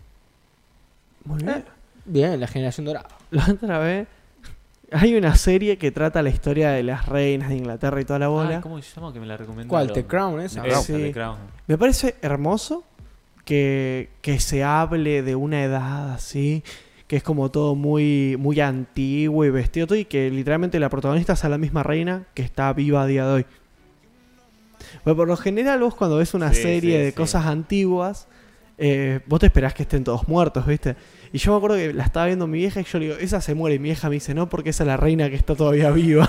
Muy Eh, bien. Bien, la generación dorada. La otra vez hay una serie que trata la historia de las reinas de Inglaterra y toda la bola. Ah, ¿cómo se llama que me la recomendaron? ¿Cuál? ¿The Crown esa? Esa, Sí. The Crown. Me parece hermoso que, que se hable de una edad así, que es como todo muy, muy antiguo y vestido todo, y que literalmente la protagonista sea la misma reina que está viva a día de hoy. Bueno, por lo general vos cuando ves una Sí, serie sí, de sí. cosas antiguas, eh, vos te esperás que estén todos muertos, ¿viste? Y yo me acuerdo que la estaba viendo mi vieja y yo le digo, esa se muere, y mi vieja me dice, no, porque esa es la reina que está todavía viva.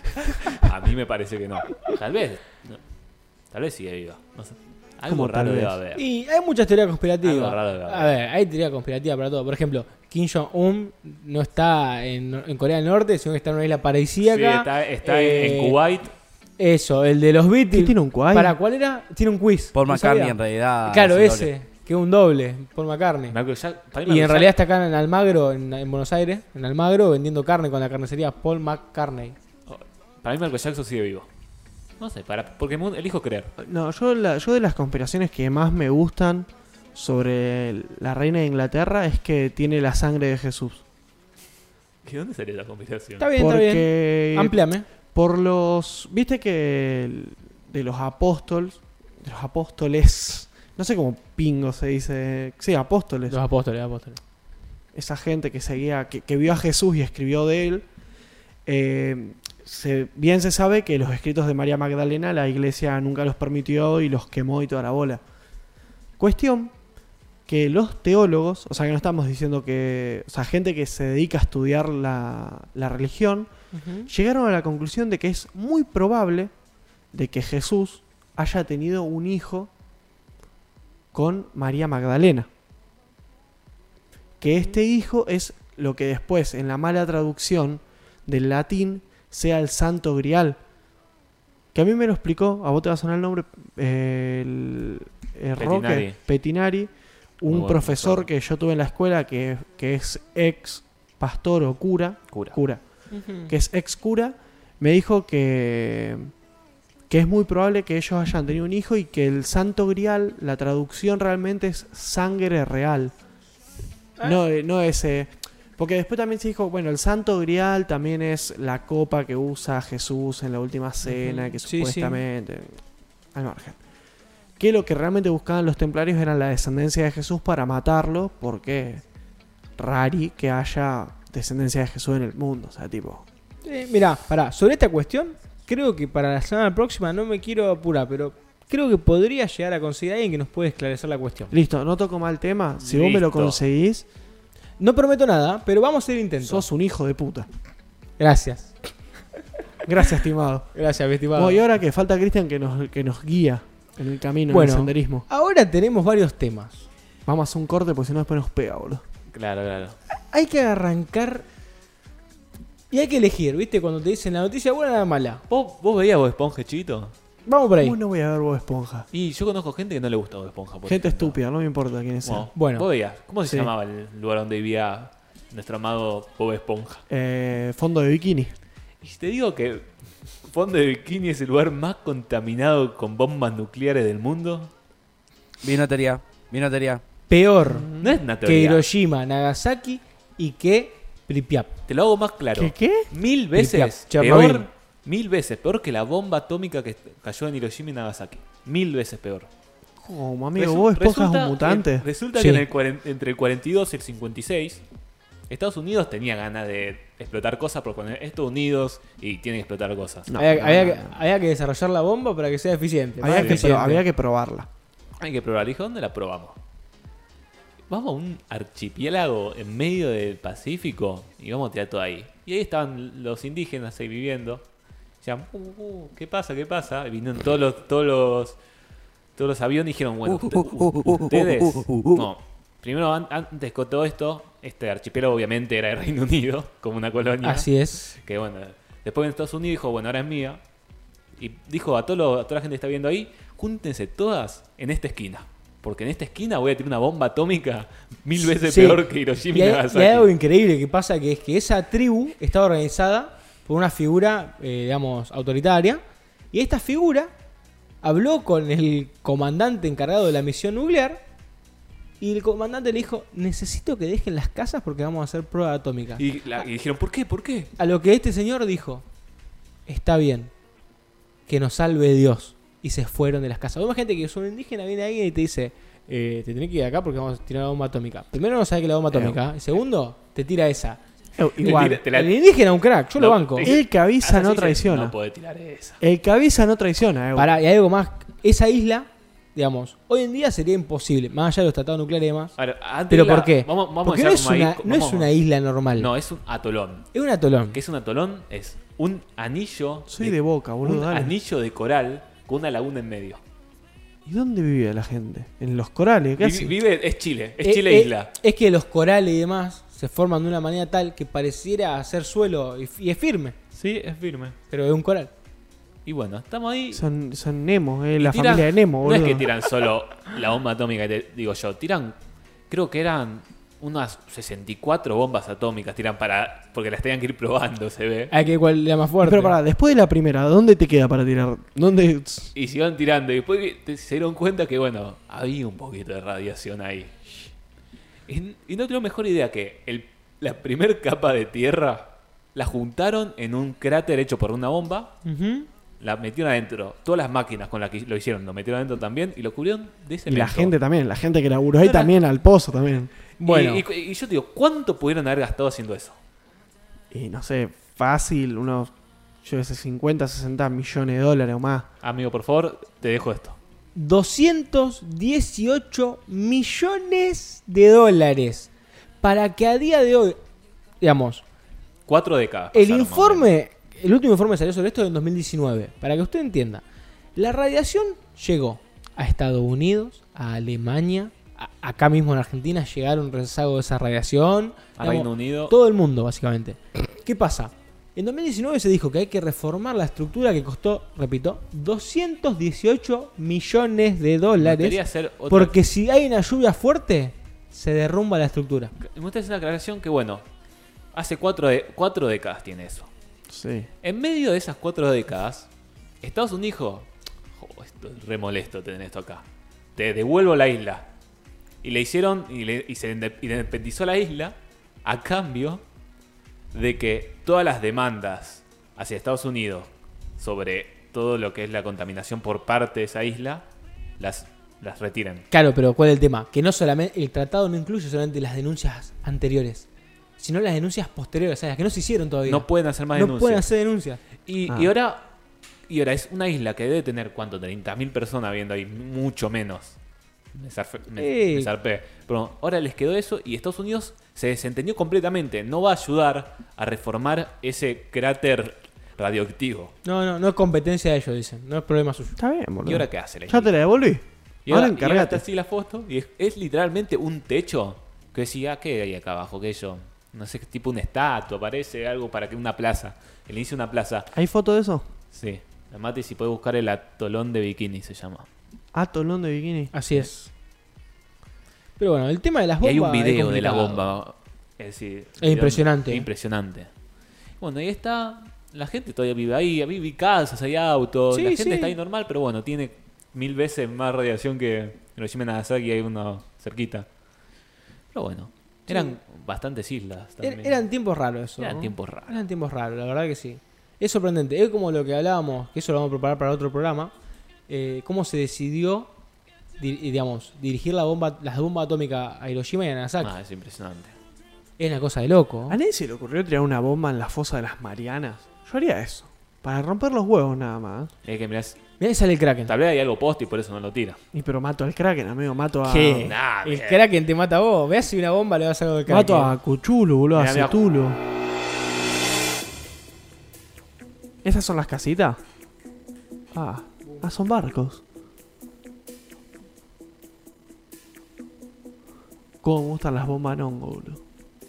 A mí me parece que no. Tal vez. no. Tal vez sigue viva. No sé. Algo ¿Cómo tal raro vez? debe haber. Y hay muchas teorías conspirativas. Algo raro debe haber. A ver, hay teoría conspirativa para todo. Por ejemplo, Kim Jong-un no está en, en Corea del Norte, sino que está en una isla Sí, paradisíaca. está, está Eh, en Kuwait. Eso, el de los Beatles. ¿Qué tiene un cuay? ¿Para cuál era? Tiene un quiz. Paul ¿no McCartney sabía? en realidad. Claro, es un ese, doble. que es un doble, Paul McCartney. Michael Jack- para mí Y en Michael realidad Jack- está acá en Almagro, en, en Buenos Aires, en Almagro, vendiendo carne con la carnicería Paul McCartney. Para mí Michael Jackson sigue vivo. No sé, para, porque mu- elijo creer. No, yo, la- yo de las conspiraciones que más me gustan sobre la reina de Inglaterra es que tiene la sangre de Jesús. ¿De dónde salió la conspiración? Está bien, está bien. Porque Ampliame. por los... Viste que el- de los apóstoles, de los apóstoles, no sé cómo pingo se dice, sí, apóstoles, Los apóstoles, apóstoles. esa gente que seguía, que, que vio a Jesús y escribió de él, eh, se- bien se sabe que los escritos de María Magdalena la iglesia nunca los permitió y los quemó y toda la bola. Cuestión que los teólogos, o sea que no estamos diciendo que, o sea, gente que se dedica a estudiar la, la religión, llegaron a la conclusión de que es muy probable de que Jesús haya tenido un hijo con María Magdalena. Que este hijo es lo que después, en la mala traducción del latín, sea el Santo Grial. Que a mí me lo explicó, a vos te va a sonar el nombre, eh, el, el Petinari. Roque Petinari, Muy un buen profesor profesor. que yo tuve en la escuela que, que es ex pastor o cura, Cura. cura, que es ex cura, me dijo que, que es muy probable que ellos hayan tenido un hijo y que el Santo Grial, la traducción realmente es sangre real. No, eh, no es... eh, porque después también se dijo, bueno, el Santo Grial también es la copa que usa Jesús en la última cena, Ujú. que Sí, sí. supuestamente... Al margen. Que lo que realmente buscaban los templarios era la descendencia de Jesús para matarlo, porque rari que haya descendencia de Jesús en el mundo, o sea, tipo... Eh, mirá, pará, sobre esta cuestión, creo que para la semana próxima no me quiero apurar, pero creo que podría llegar a conseguir a alguien que nos pueda esclarecer la cuestión. Listo, no toco mal tema, si vos me lo Listo. conseguís, No prometo nada, pero vamos a hacer el intento. sos un hijo de puta. Gracias. Gracias, estimado. Gracias, mi estimado. Bueno, y ahora que falta Cristian que nos, que nos guía en el camino, Bueno. en el senderismo. Ahora tenemos varios temas. Vamos a hacer un corte porque si no después nos pega, boludo. Claro, claro. Hay que arrancar y hay que elegir, ¿viste? Cuando te dicen la noticia buena o la mala. ¿Vos, vos veías Bob Esponja, chiquito? Vamos por ahí. ¿Cómo no voy a ver Bob Esponja? Y yo conozco gente que no le gusta Bob Esponja. por Gente ejemplo. estúpida, no me importa quién sea. Bueno, Bueno. vos veías, ¿cómo se Sí. llamaba el lugar donde vivía nuestro amado Bob Esponja? Eh, fondo de bikini. Y si te digo que Fondo de Bikini es el lugar más contaminado con bombas nucleares del mundo, Vino teoría, vino teoría. Peor no es una que teoría. Hiroshima, Nagasaki y que Pripyat. Te lo hago más claro. ¿Qué qué? Mil veces Pripyat, peor, Chernobyl. mil veces peor que la bomba atómica que cayó en Hiroshima y Nagasaki. Mil veces peor. Como amigo, Resu- Bob Esponja es resulta un mutante. que- resulta Sí. que en el cuaren- entre el cuarenta y dos y el cincuenta y seis, Estados Unidos tenía ganas de explotar cosas porque cuando Estados Unidos y tiene que explotar cosas. No, había, no, había no, que, no. había que desarrollar la bomba para que sea eficiente. Había, más que, eficiente. pro- había que probarla. Hay que probar. Dije, ¿dónde la probamos? Vamos a un archipiélago en medio del Pacífico y vamos a tirar todo ahí. Y ahí estaban los indígenas ahí viviendo. Decían, uh, uh, ¿qué pasa? ¿Qué pasa? Y vinieron todos los, todos los, todos los aviones y dijeron, bueno, usted- ustedes... No, primero, an- antes con todo esto, este archipiélago obviamente era el Reino Unido, como una colonia. Así es. Que bueno, después en Estados Unidos dijo, bueno, ahora es mía. Y dijo a, todo lo- a toda la gente que está viendo ahí, júntense todas en esta esquina. Porque en esta esquina voy a tener una bomba atómica mil veces Sí. peor que Hiroshima Y y, hay, y Nagasaki. hay algo increíble que pasa, que es que esa tribu estaba organizada por una figura, eh, digamos, autoritaria. Y esta figura habló con el comandante encargado de la misión nuclear. Y el comandante le dijo, necesito que dejen las casas porque vamos a hacer prueba atómica. Y, la- y dijeron, ¿por qué? ¿Por qué? A lo que este señor dijo, está bien, que nos salve Dios. Y se fueron de las casas. Vos imagínate que un indígena viene ahí y te dice, eh, te tenés que ir de acá porque vamos a tirar la bomba atómica. Primero no sabe que es la bomba atómica. Y segundo, te tira esa. Eh, igual, tira- te la- El indígena es un crack, yo No, lo banco. te- el que avisa Hasta no así se- traiciona. No puede tirar esa. El que avisa no traiciona. eh. Pará, y hay algo más. Esa isla, digamos, hoy en día sería imposible, más allá de los tratados nucleares y demás. Ahora, antes ¿Pero de la- por qué? Vamos, vamos Porque a no hacer es, como una, ahí- no es vamos- una isla normal. No, es un atolón. Es un atolón. ¿Qué es un atolón? Es un anillo. Soy de Boca, boludo, Un dale. anillo de coral con una laguna en medio. ¿Y dónde vive la gente? En los corales. ¿Qué Vive, hace? vive- es Chile, es Eh, Chile eh, isla. Es que los corales y demás se forman de una manera tal que pareciera ser suelo y, y es firme, Sí, es firme. pero es un coral. Y bueno, estamos ahí. Son, son Nemo, eh, Y la tiran- familia de Nemo, No boludo. es que tiran solo la bomba atómica, te digo yo. Tiran, creo que eran unas sesenta y cuatro bombas atómicas. Tiran para. Porque las tenían que ir probando, se ve. Hay que cuál es la más fuerte. Pero pará, después de la primera, ¿dónde te queda para tirar? ¿Dónde? Y se iban tirando. Y después te- se dieron cuenta que, bueno, había un poquito de radiación ahí. Y, y no tengo mejor idea que el, la primer capa de tierra la juntaron en un cráter hecho por una bomba. Ujú. La metieron adentro. Todas las máquinas con las que lo hicieron lo metieron adentro también. Y lo cubrieron de Y cemento. la gente también, la gente que laburó ahí No era- también, al pozo también. Bueno. Y, y- y yo te digo, ¿cuánto pudieron haber gastado haciendo eso? Y no sé, fácil, unos, yo qué sé, cincuenta, sesenta millones de dólares o más. Amigo, por favor, te dejo esto. doscientos dieciocho millones de dólares para que a día de hoy, digamos, Cuatro décadas. el pasaron, más o informe, el último informe salió sobre esto en dos mil diecinueve, para que usted entienda. La radiación llegó a Estados Unidos, a Alemania, a- acá mismo en Argentina llegaron rezago de esa radiación, A digamos, Reino Unido. todo el mundo básicamente. ¿Qué pasa? En dos mil diecinueve se dijo que hay que reformar la estructura que costó, repito, doscientos dieciocho millones de Me dólares. gustaría hacer otra- Porque si hay una lluvia fuerte, se derrumba la estructura. Me gustaría hacer una aclaración que, bueno, hace cuatro, de- cuatro décadas tiene eso. Sí. En medio de esas cuatro décadas, Estados Unidos dijo, "Jo, esto es re molesto tener esto acá. Te devuelvo la isla." Y le hicieron, y, le, y se inde- independizó la isla a cambio de que todas las demandas hacia Estados Unidos sobre todo lo que es la contaminación por parte de esa isla, las, las retiren. Claro, pero ¿cuál es el tema? Que no solamente el tratado no incluye solamente las denuncias anteriores, sino las denuncias posteriores, o sea, las que no se hicieron todavía. No pueden hacer más No denuncias. pueden hacer denuncias. Y, Ah. y ahora y ahora es una isla que debe tener, ¿cuánto? treinta mil personas viendo ahí, mucho menos. Me, zarfe- me- Eh. me zarpé. Pero ahora les quedó eso y Estados Unidos se desentendió completamente. No va a ayudar a reformar ese cráter radioactivo. No, no, no es competencia de ellos, dicen. No es problema suyo. Está bien, boludo. ¿Y ahora qué hace la ¿Ya isla? te la devolví? Y ahora ahora, y ahora encárgate. está así la foto y es, es literalmente un techo que decía, ¿qué hay acá abajo? ¿Qué es yo? No sé, tipo una estatua, parece algo para que una plaza. El inicio de una plaza. ¿Hay foto de eso? Sí. La Mati, si podés buscar el atolón de Bikini, se llama. Atolón de bikini. Así es. Pero bueno, el tema de las Y bombas. hay un video es de la complicado. bomba. Es decir, Es impresionante. Es impresionante. Bueno, ahí está. La gente todavía vive ahí. Vive casas, hay autos. Sí, la gente sí. está ahí normal, pero bueno, tiene mil veces más radiación que Hiroshima y Nagasaki. Hay uno cerquita. Pero bueno, eran Sí. bastantes islas Er- también. eran tiempos raros eso. Eran ¿no? tiempos raros. Eran tiempos raros, la verdad que sí. Es sorprendente. Es como lo que hablábamos, que eso lo vamos a preparar para otro programa. Eh, cómo se decidió, di- digamos, dirigir la bomba, las bombas atómicas a Hiroshima y a Nagasaki. Ah, es impresionante. Es una cosa de loco. ¿A nadie se le ocurrió tirar una bomba en la fosa de las Marianas? Yo haría eso. Para romper los huevos nada más. Es que mirás, Mirá que sale el Kraken. tal vez hay algo post y por eso no lo tira. Y pero mato al Kraken, amigo. Mato a... ¿Qué? Nah, El bien. Kraken te mata a vos. Veas si una bomba le vas a sacar al Kraken. Mato a Cuchulo, boludo. A Mirá, mirá. Cetulo. ¿Esas son las casitas? Ah, ah, son barcos. ¿Cómo me gustan las bombas nongo, boludo?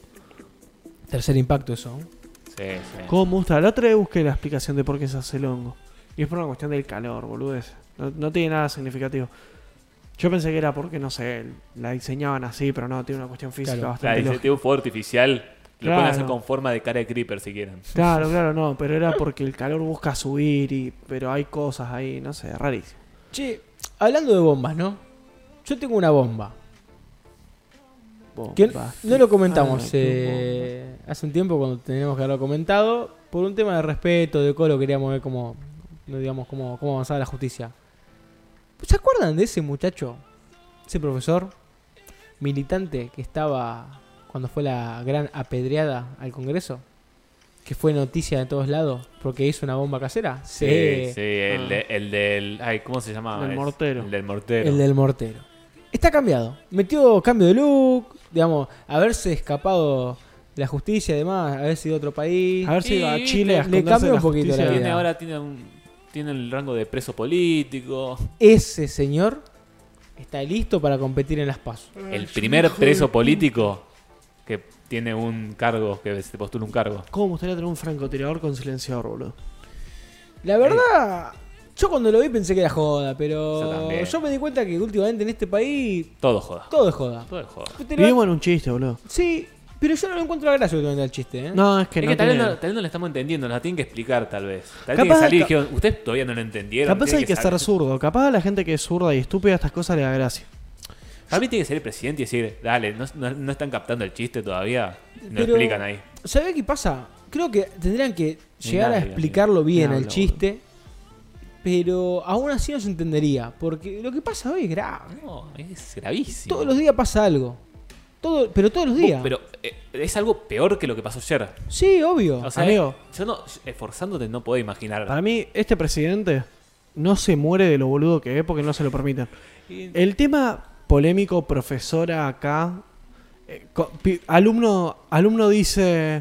Tercer impacto eso. ¿no? Sí, sí. ¿Cómo me gusta? La otra vez busqué la explicación de por qué se hace el hongo. Y es por una cuestión del calor, boludo. No, no tiene nada significativo. Yo pensé que era porque, no sé, la diseñaban así, pero no, tiene una cuestión física Claro. Claro, bastante ese lógica. tiene un fuego artificial. Lo Claro. pueden hacer con forma de cara de creeper si quieren. Claro, claro, no, pero era porque el calor busca subir, y pero hay cosas ahí, no sé, rarísimo. Che, hablando de bombas, ¿no? Yo tengo una bomba. Bomba. Que no lo comentamos Ah, qué eh, hace un tiempo cuando teníamos que haberlo comentado. Por un tema de respeto, de decoro, queríamos ver cómo, no digamos, cómo, cómo avanzaba la justicia. ¿Se acuerdan de ese muchacho? Ese profesor militante que estaba cuando fue la gran apedreada al Congreso. Que fue noticia de todos lados porque hizo una bomba casera. Sí, sí, el, Ah. de- el del... Ay, ¿cómo se llama? Del Es- mortero. El del mortero. El del mortero. Está cambiado. Metió cambio de look. Digamos, haberse escapado de la justicia y demás. Haber sido otro país. A ver si Sí, iba a viste, Chile a le esconderse cambió de la un poquito la justicia. vida. Tiene, ahora tiene, un, tiene el rango de preso político. Ese señor está listo para competir en las PASO. El primer preso político que tiene un cargo, que se postula un cargo. ¿Cómo me gustaría tener un francotirador con silenciador, boludo? La verdad, yo cuando lo vi pensé que era joda, Yo pero también. yo me di cuenta que últimamente en este país Todo joda. todo es joda. Todo es joda. Te lo- Vivimos en un chiste, boludo. Sí, pero yo no lo encuentro la gracia últimamente al chiste, ¿eh? No, es que Es no que tal vez, tiene- no, tal vez no le estamos entendiendo, nos la tienen que explicar tal vez. Tal vez Capaz tienen que salir y ca- dijeron, ustedes todavía no lo entendieron. Capaz tienen hay que ser saber". zurdo. Capaz a la gente que es zurda y estúpida estas cosas le da gracia. Para mí tiene que ser el presidente y decir, dale, no, no- no están captando el chiste todavía. No Pero- explican ahí. ¿Sabés qué pasa? Creo que tendrían que Ni llegar a nadie, explicarlo bien Ni el habla, chiste, pero aún así no se entendería, porque lo que pasa hoy es grave. No, es gravísimo. Todos los días pasa algo. Todo, pero todos los días. Pero eh, es algo peor que lo que pasó ayer. Sí, obvio. O sea, Amigo. yo no, esforzándote no puedo imaginar. Para mí, este presidente no se muere de lo boludo que es porque no se lo permiten. Y- El tema polémico, profesora acá. eh, co- pi- alumno, alumno dice: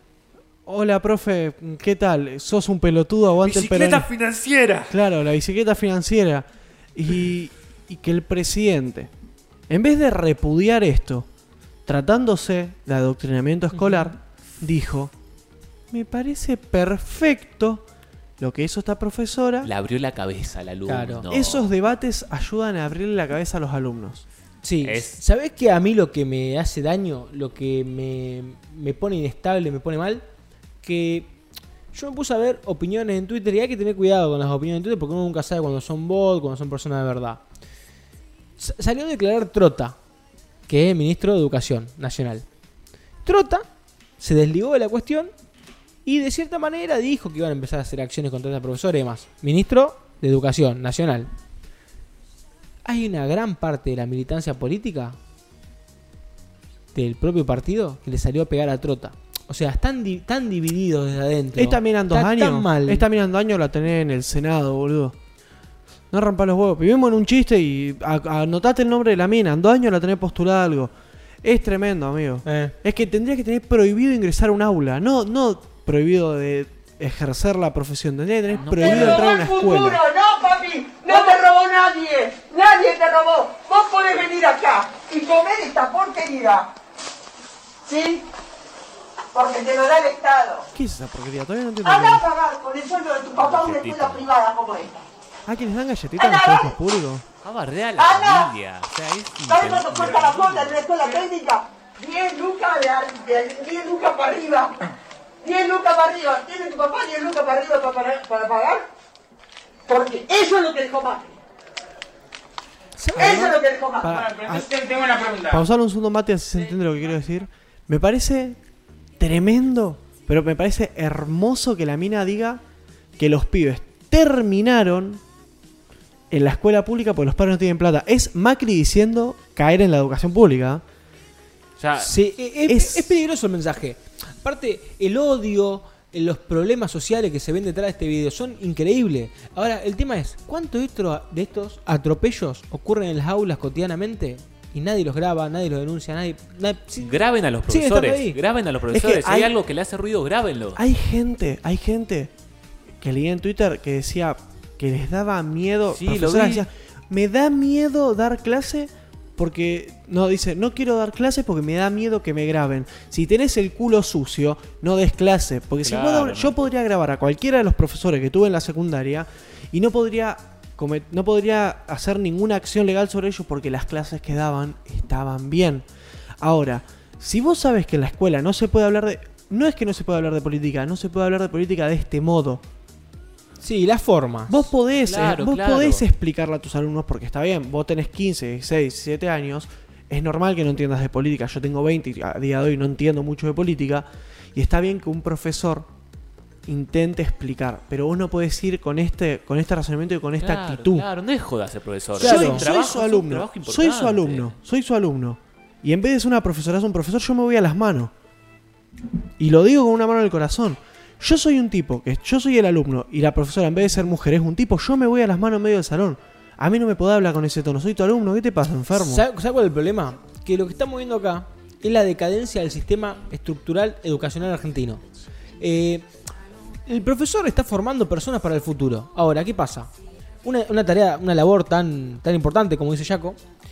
Hola, profe, ¿qué tal? ¿Sos un pelotudo? Aguante el ¡Bicicleta peronismo". financiera! Claro, la bicicleta financiera. Y, y que el presidente, en vez de repudiar esto, tratándose de adoctrinamiento escolar, dijo: Me parece perfecto lo que hizo esta profesora. Le abrió la cabeza al alumno. Claro. Esos debates ayudan a abrirle la cabeza a los alumnos. Sí, Es- ¿sabés qué a mí lo que me hace daño, lo que me, me pone inestable, me pone mal? Que yo me puse a ver opiniones en Twitter y hay que tener cuidado con las opiniones en Twitter porque uno nunca sabe cuando son bots, cuando son personas de verdad. S- salió a declarar Trota, que es el ministro de Educación Nacional. Trota se desligó de la cuestión y de cierta manera dijo que iban a empezar a hacer acciones contra esta profesora y demás. Ministro de Educación Nacional. Hay una gran parte de la militancia política del propio partido que le salió a pegar a Trota. O sea, están, di- están divididos desde adentro. Esta mina en dos Está años. tan mal. Esta mina en dos años la tenés en el Senado, boludo. No rompa los huevos. Vivimos en un chiste y a- anotate el nombre de la mina. En dos años la tenés postulada algo. Es tremendo, amigo. Eh. Es que tendría que tener prohibido ingresar a un aula. No, no prohibido de ejercer la profesión. Tendría que tener No, prohibido pero- entrar a una escuela. No, papi, no te robó nadie. Nadie te robó. Vos podés venir acá y comer esta porquería. ¿Sí? porque te lo da el Estado. ¿Qué es esa porquería? Todavía no entiendo. Anda a qué es. pagar con el sueldo de tu papá una escuela privada como esta. Ah, que les dan galletitas a los colegios públicos. A barrer a la Ana. familia. O sea, es ¿Sabes cuánto cuesta la cuota de increíble. la escuela técnica? diez lucas de, ar- de diez lucas para arriba. diez lucas para arriba. ¿Tiene tu papá diez lucas para arriba para, para, para pagar? Porque eso es lo que dejó Macri. Eso es lo que dejó Macri. Para- Pero ah, entonces tengo una pregunta. pausar un segundo, Mati, así se entiende lo que quiero decir. Me parece tremendo, pero me parece hermoso que la mina diga que los pibes terminaron en la escuela pública porque los padres no tienen plata. Es Macri diciendo caer en la educación pública. Ya, Sí, e- e- Es- es, peligroso el mensaje. Aparte, el odio, eh, los problemas sociales que se ven detrás de este video son increíbles. Ahora, el tema es, ¿cuántos de estos, de estos atropellos ocurren en las aulas cotidianamente? Y nadie los graba, nadie los denuncia, nadie... nadie- sí, graben a los Sí, están profesores. ahí. Graben a los que profesores. Si hay hay- algo que le hace ruido, grábenlo. Hay gente, hay gente que leía en Twitter que decía que les daba miedo. Sí, lo profesoras vi. decían, me da miedo dar clase porque... No, dice, no quiero dar clases porque me da miedo que me graben. Si tenés el culo sucio, no des clase. Porque si Claro, vos da- no. yo podría grabar a cualquiera de los profesores que tuve en la secundaria y no podría... comet- No podría hacer ninguna acción legal sobre ellos porque las clases que daban estaban bien. Ahora, si vos sabes que en la escuela no se puede hablar de... No es que no se pueda hablar de política, no se puede hablar de política de este modo. Sí, las formas. Vos podés, eh, Claro, vos claro. podés explicarle a tus alumnos porque está bien, vos tenés quince, dieciséis, diecisiete años, es normal que no entiendas de política, yo tengo veinte y a día de hoy no entiendo mucho de política, y está bien que un profesor intente explicar, pero vos no podés ir con este, con este razonamiento y con esta Claro, actitud. Claro, no es joda ser profesor. Claro. Es Soy, un soy trabajo- su es un alumno, trabajo soy su importante. alumno, soy su alumno. Y en vez de ser una profesora, es un profesor, yo me voy a las manos. Y lo digo con una mano en el corazón. Yo soy un tipo, que yo soy el alumno, y la profesora en vez de ser mujer es un tipo, yo me voy a las manos en medio del salón. A mí no me podés hablar con ese tono, soy tu alumno, ¿qué te pasa, enfermo? ¿Sabes cuál es el problema? Que lo que estamos viendo acá es la decadencia del sistema estructural educacional argentino. Eh, el profesor está formando personas para el futuro. Ahora, ¿qué pasa? Una, una tarea, una labor tan, tan importante como dice Jaco,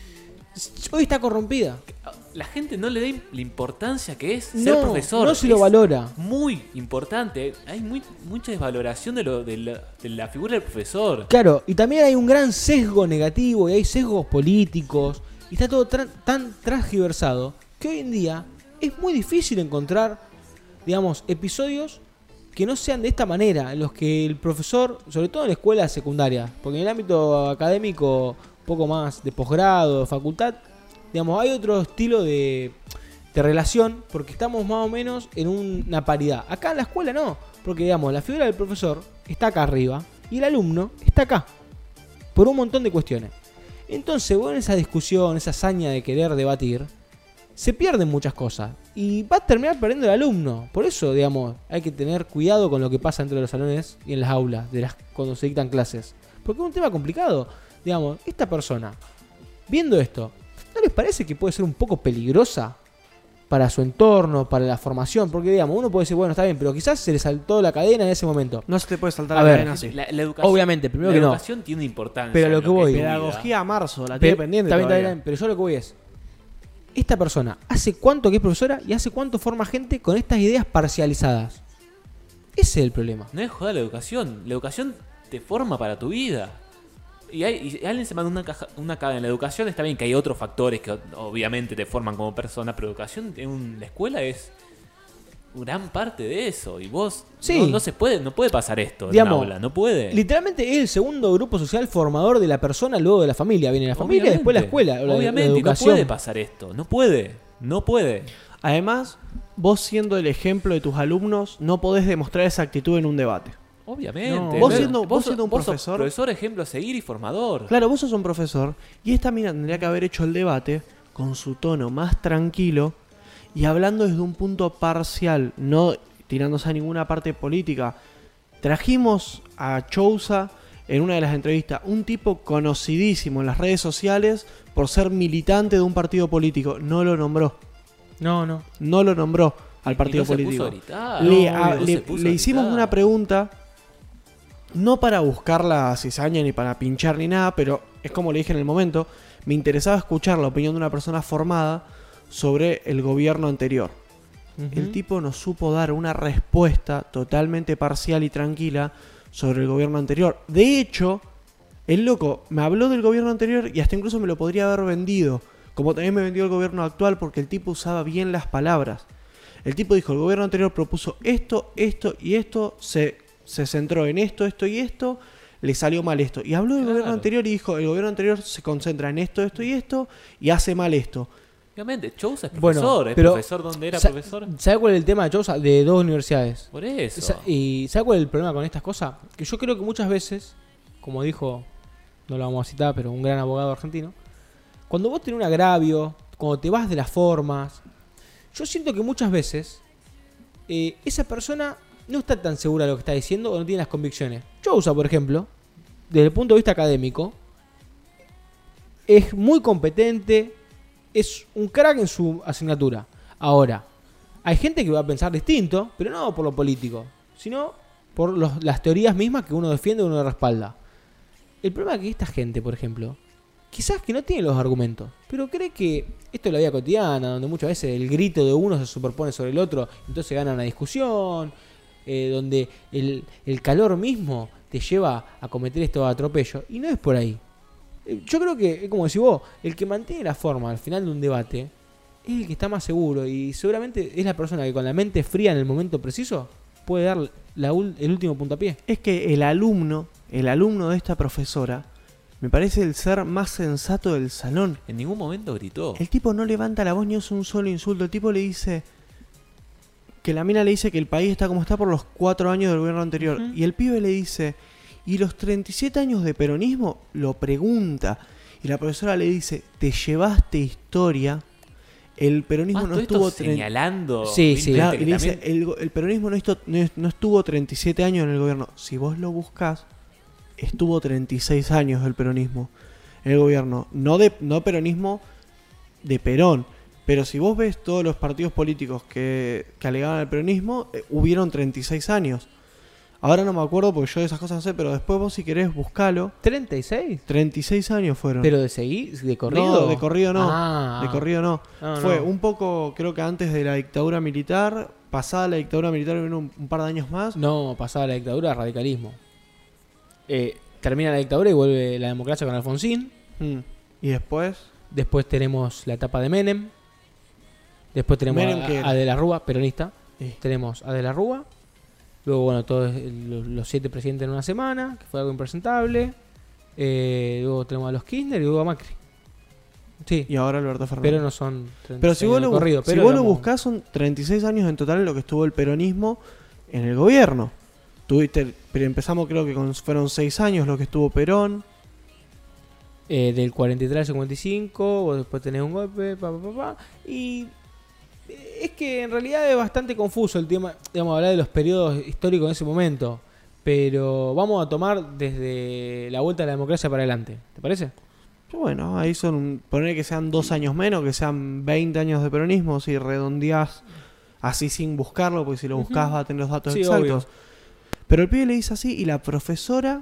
hoy está corrompida. La gente no le da la importancia que es ser No, profesor. no se lo Es valora. Muy importante. Hay muy, mucha desvaloración de, lo, de, la, de la figura del profesor. Claro, y también hay un gran sesgo negativo y hay sesgos políticos y está todo tra- tan transgiversado que hoy en día es muy difícil encontrar, digamos, episodios que no sean de esta manera, en los que el profesor, sobre todo en la escuela secundaria, porque en el ámbito académico, un poco más de posgrado, de facultad, digamos, hay otro estilo de, de relación, porque estamos más o menos en un- una paridad. Acá en la escuela no, porque digamos, la figura del profesor está acá arriba y el alumno está acá, por un montón de cuestiones. Entonces, bueno, esa discusión, esa hazaña de querer debatir, se pierden muchas cosas y va a terminar perdiendo el alumno. Por eso, digamos, hay que tener cuidado con lo que pasa dentro de los salones y en las aulas, de las, cuando se dictan clases. Porque es un tema complicado. Digamos, esta persona, viendo esto, ¿no les parece que puede ser un poco peligrosa para su entorno, para la formación? Porque, digamos, uno puede decir, bueno, está bien, pero quizás se le saltó la cadena en ese momento. No se te puede saltar A la ver, cadena así. La, la educación, Obviamente, primero la que no. educación tiene importancia. Pero lo en que voy- es tu vida. Pedagogía a marzo, la Pe- tiene pendiente está bien, está todavía. bien, pero yo lo que voy es, esta persona, ¿hace cuánto que es profesora y hace cuánto forma gente con estas ideas parcializadas? Ese es el problema. No es joda la educación. La educación te forma para tu vida. Y, hay, y alguien se manda una caja, una caga en la educación. Está bien que hay otros factores que obviamente te forman como persona, pero educación en un- la escuela es gran parte de eso. Y vos Sí. no, no se puede, no puede pasar esto Digamos, en un aula, no puede. Literalmente es el segundo grupo social formador de la persona luego de la familia. Viene la familia y después la escuela. o la- la Obviamente, y no educación. puede pasar esto. No puede, no puede. Además, vos siendo el ejemplo de tus alumnos, no podés demostrar esa actitud en un debate. Obviamente. No, vos No, siendo- vos siendo un sos profesor- profesor, ejemplo a seguir y formador. Claro, vos sos un profesor y esta mina tendría que haber hecho el debate con su tono más tranquilo y hablando desde un punto parcial, no tirándose a ninguna parte política. Trajimos a Chousa en una de las entrevistas, un tipo conocidísimo en las redes sociales por ser militante de un partido político. No lo nombró, No, no. no lo nombró al Y partido no se político. puso a gritar, Le, no, a- no le- se puso le a hicimos gritar. una pregunta, no para buscar la cizaña ni para pinchar ni nada, pero es como le dije en el momento, me interesaba escuchar la opinión de una persona formada sobre el gobierno anterior. Ujú. el tipo nos supo dar una respuesta totalmente parcial y tranquila sobre el gobierno anterior. De hecho, el loco me habló del gobierno anterior y hasta incluso me lo podría haber vendido, como también me vendió el gobierno actual, porque el tipo usaba bien las palabras. El tipo dijo, el gobierno anterior propuso esto, esto y esto, se, se centró en esto, esto y esto, le salió mal esto. Y habló del Claro. gobierno anterior y dijo, el gobierno anterior se concentra en esto, esto y esto, y hace mal esto. Obviamente, Chousa es Bueno, profesor. ¿Es pero- profesor donde era Sa- profesor? ¿Sabe cuál es el tema de Chousa? De dos universidades. Por eso. Sa- ¿Y sabe cuál es el problema con estas cosas? Que yo creo que muchas veces, como dijo, no lo vamos a citar, pero un gran abogado argentino, cuando vos tenés un agravio, cuando te vas de las formas, yo siento que muchas veces eh, esa persona no está tan segura de lo que está diciendo o no tiene las convicciones. Chousa, por ejemplo, desde el punto de vista académico, es muy competente, es un crack en su asignatura. Ahora, hay gente que va a pensar distinto, pero no por lo político, sino por los- las teorías mismas que uno defiende y uno respalda. El problema es que esta gente, por ejemplo, quizás que no tiene los argumentos, pero cree que esto es la vida cotidiana, donde muchas veces el grito de uno se superpone sobre el otro, entonces gana una discusión, eh, donde el, el calor mismo te lleva a cometer estos atropellos, y no es por ahí. Eh, Yo creo que, es como decís vos, el que mantiene la forma al final de un debate es el que está más seguro, y seguramente es la persona que con la mente fría en el momento preciso puede dar la ul- el último puntapié. Es que el alumno, el alumno de esta profesora, me parece el ser más sensato del salón. En ningún momento gritó. El tipo no levanta la voz ni usa un solo insulto. El tipo le dice que la mina le dice que el país está como está por los cuatro años del gobierno anterior. Ujú. Y el pibe le dice, ¿y los treinta y siete años de peronismo? Lo pregunta. Y la profesora le dice, ¿te llevaste historia? El peronismo Más no todo esto estuvo... tre- señalando. Sí, sí. Claro, evidentemente y que le dice, también- el, el peronismo no, esto- no es- no estuvo treinta y siete años en el gobierno. Si vos lo buscás, estuvo treinta y seis años el peronismo en el gobierno. No, de, no peronismo de Perón. Pero si vos ves todos los partidos políticos que, que alegaban al peronismo, eh, hubieron treinta y seis años. Ahora no me acuerdo porque yo de esas cosas no sé, pero después vos si querés buscalo. ¿treinta y seis? treinta y seis años fueron. ¿Pero de seguir? ¿De corrido? No, de corrido no. Ah. De corrido no. No, Fue no. un poco, creo que antes de la dictadura militar, pasada la dictadura militar vino un, un par de años más. No, pasada la dictadura, radicalismo. Eh, termina la dictadura y vuelve la democracia con Alfonsín. Mm. Y después, Después tenemos la etapa de Menem. Después tenemos Menem, a, ¿qué era? a De la Rúa, peronista. Sí. Tenemos a De la Rúa. Luego, bueno, todos los, los siete presidentes en una semana, que fue algo impresentable. Eh, luego tenemos a los Kirchner y luego a Macri. Sí, y ahora Alberto Fernández. pero no son treinta Pero si años vos, de lo, corrido. si pero vos lo digamos, buscás, son treinta y seis años en total en lo que estuvo el peronismo en el gobierno. Tuviste, pero empezamos creo que con, fueron seis años lo que estuvo Perón. eh, del cuarenta y tres al cincuenta y cinco, vos después tenés un golpe, pa, pa, pa, pa, y eh, es que en realidad es bastante confuso el tema, digamos, hablar de los periodos históricos en ese momento, pero vamos a tomar desde la vuelta a la democracia para adelante, ¿te parece? Bueno, ahí son, poner que sean dos años menos, que sean veinte años de peronismo, si redondeás así sin buscarlo, porque si lo buscás Ujú. va a tener los datos Sí, exactos. obvio. Pero el pibe le dice así y la profesora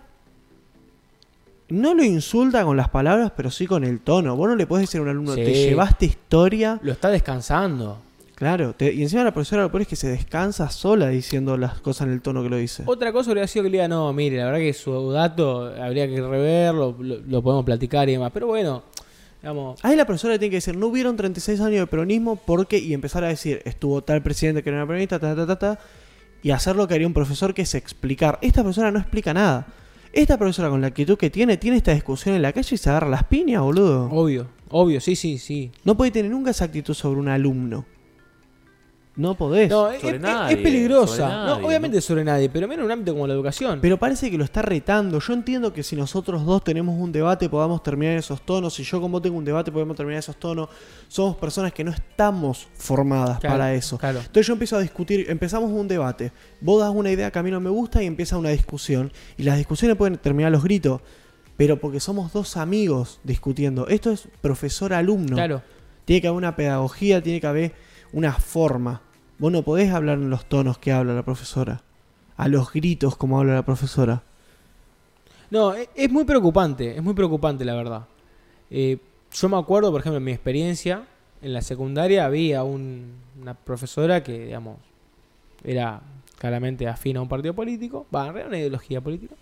no lo insulta con las palabras, pero sí con el tono. Vos no le podés decir a un alumno, Sí. te llevaste historia. Lo está descansando. Claro, te- y encima la profesora lo peor es que se descansa sola diciendo las cosas en el tono que lo dice. Otra cosa hubiera sido que le diga, no, mire, la verdad que su dato habría que reverlo, lo, lo podemos platicar y demás, pero bueno, digamos, Ahí la profesora le tiene que decir, no hubieron treinta y seis años de peronismo porque, y empezar a decir, estuvo tal presidente que no era peronista, ta, ta, ta, ta, y hacer lo que haría un profesor, que es explicar. Esta profesora no explica nada. Esta profesora con la actitud que tiene, tiene esta discusión en la calle y se agarra las piñas, boludo. obvio, obvio, sí, sí, sí. No puede tener nunca esa actitud sobre un alumno. No podés. No, es, Sobre es- nadie, es peligrosa. sobre No, nadie, obviamente ¿no? sobre nadie, pero menos en un ámbito como la educación. Pero parece que lo está retando. Yo entiendo que si nosotros dos tenemos un debate podamos terminar esos tonos. Si yo con vos tengo un debate podemos terminar esos tonos. Somos personas que no estamos formadas Claro, para eso. claro. Entonces yo empiezo a discutir, empezamos un debate. Vos das una idea que a mí no me gusta y empieza una discusión. Y las discusiones pueden terminar a los gritos. Pero porque somos dos amigos discutiendo. Esto es profesor-alumno. Claro. Tiene que haber una pedagogía, tiene que haber una forma. Vos no podés hablar en los tonos que habla la profesora. A los gritos como habla la profesora. No, es, es muy preocupante, es muy preocupante la verdad. Eh, yo me acuerdo, por ejemplo, en mi experiencia, en la secundaria había un- una profesora que, digamos, era claramente afín a un partido político, va, en realidad una ideología política,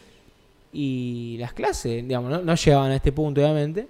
y las clases, digamos, no, no llegaban a este punto, obviamente,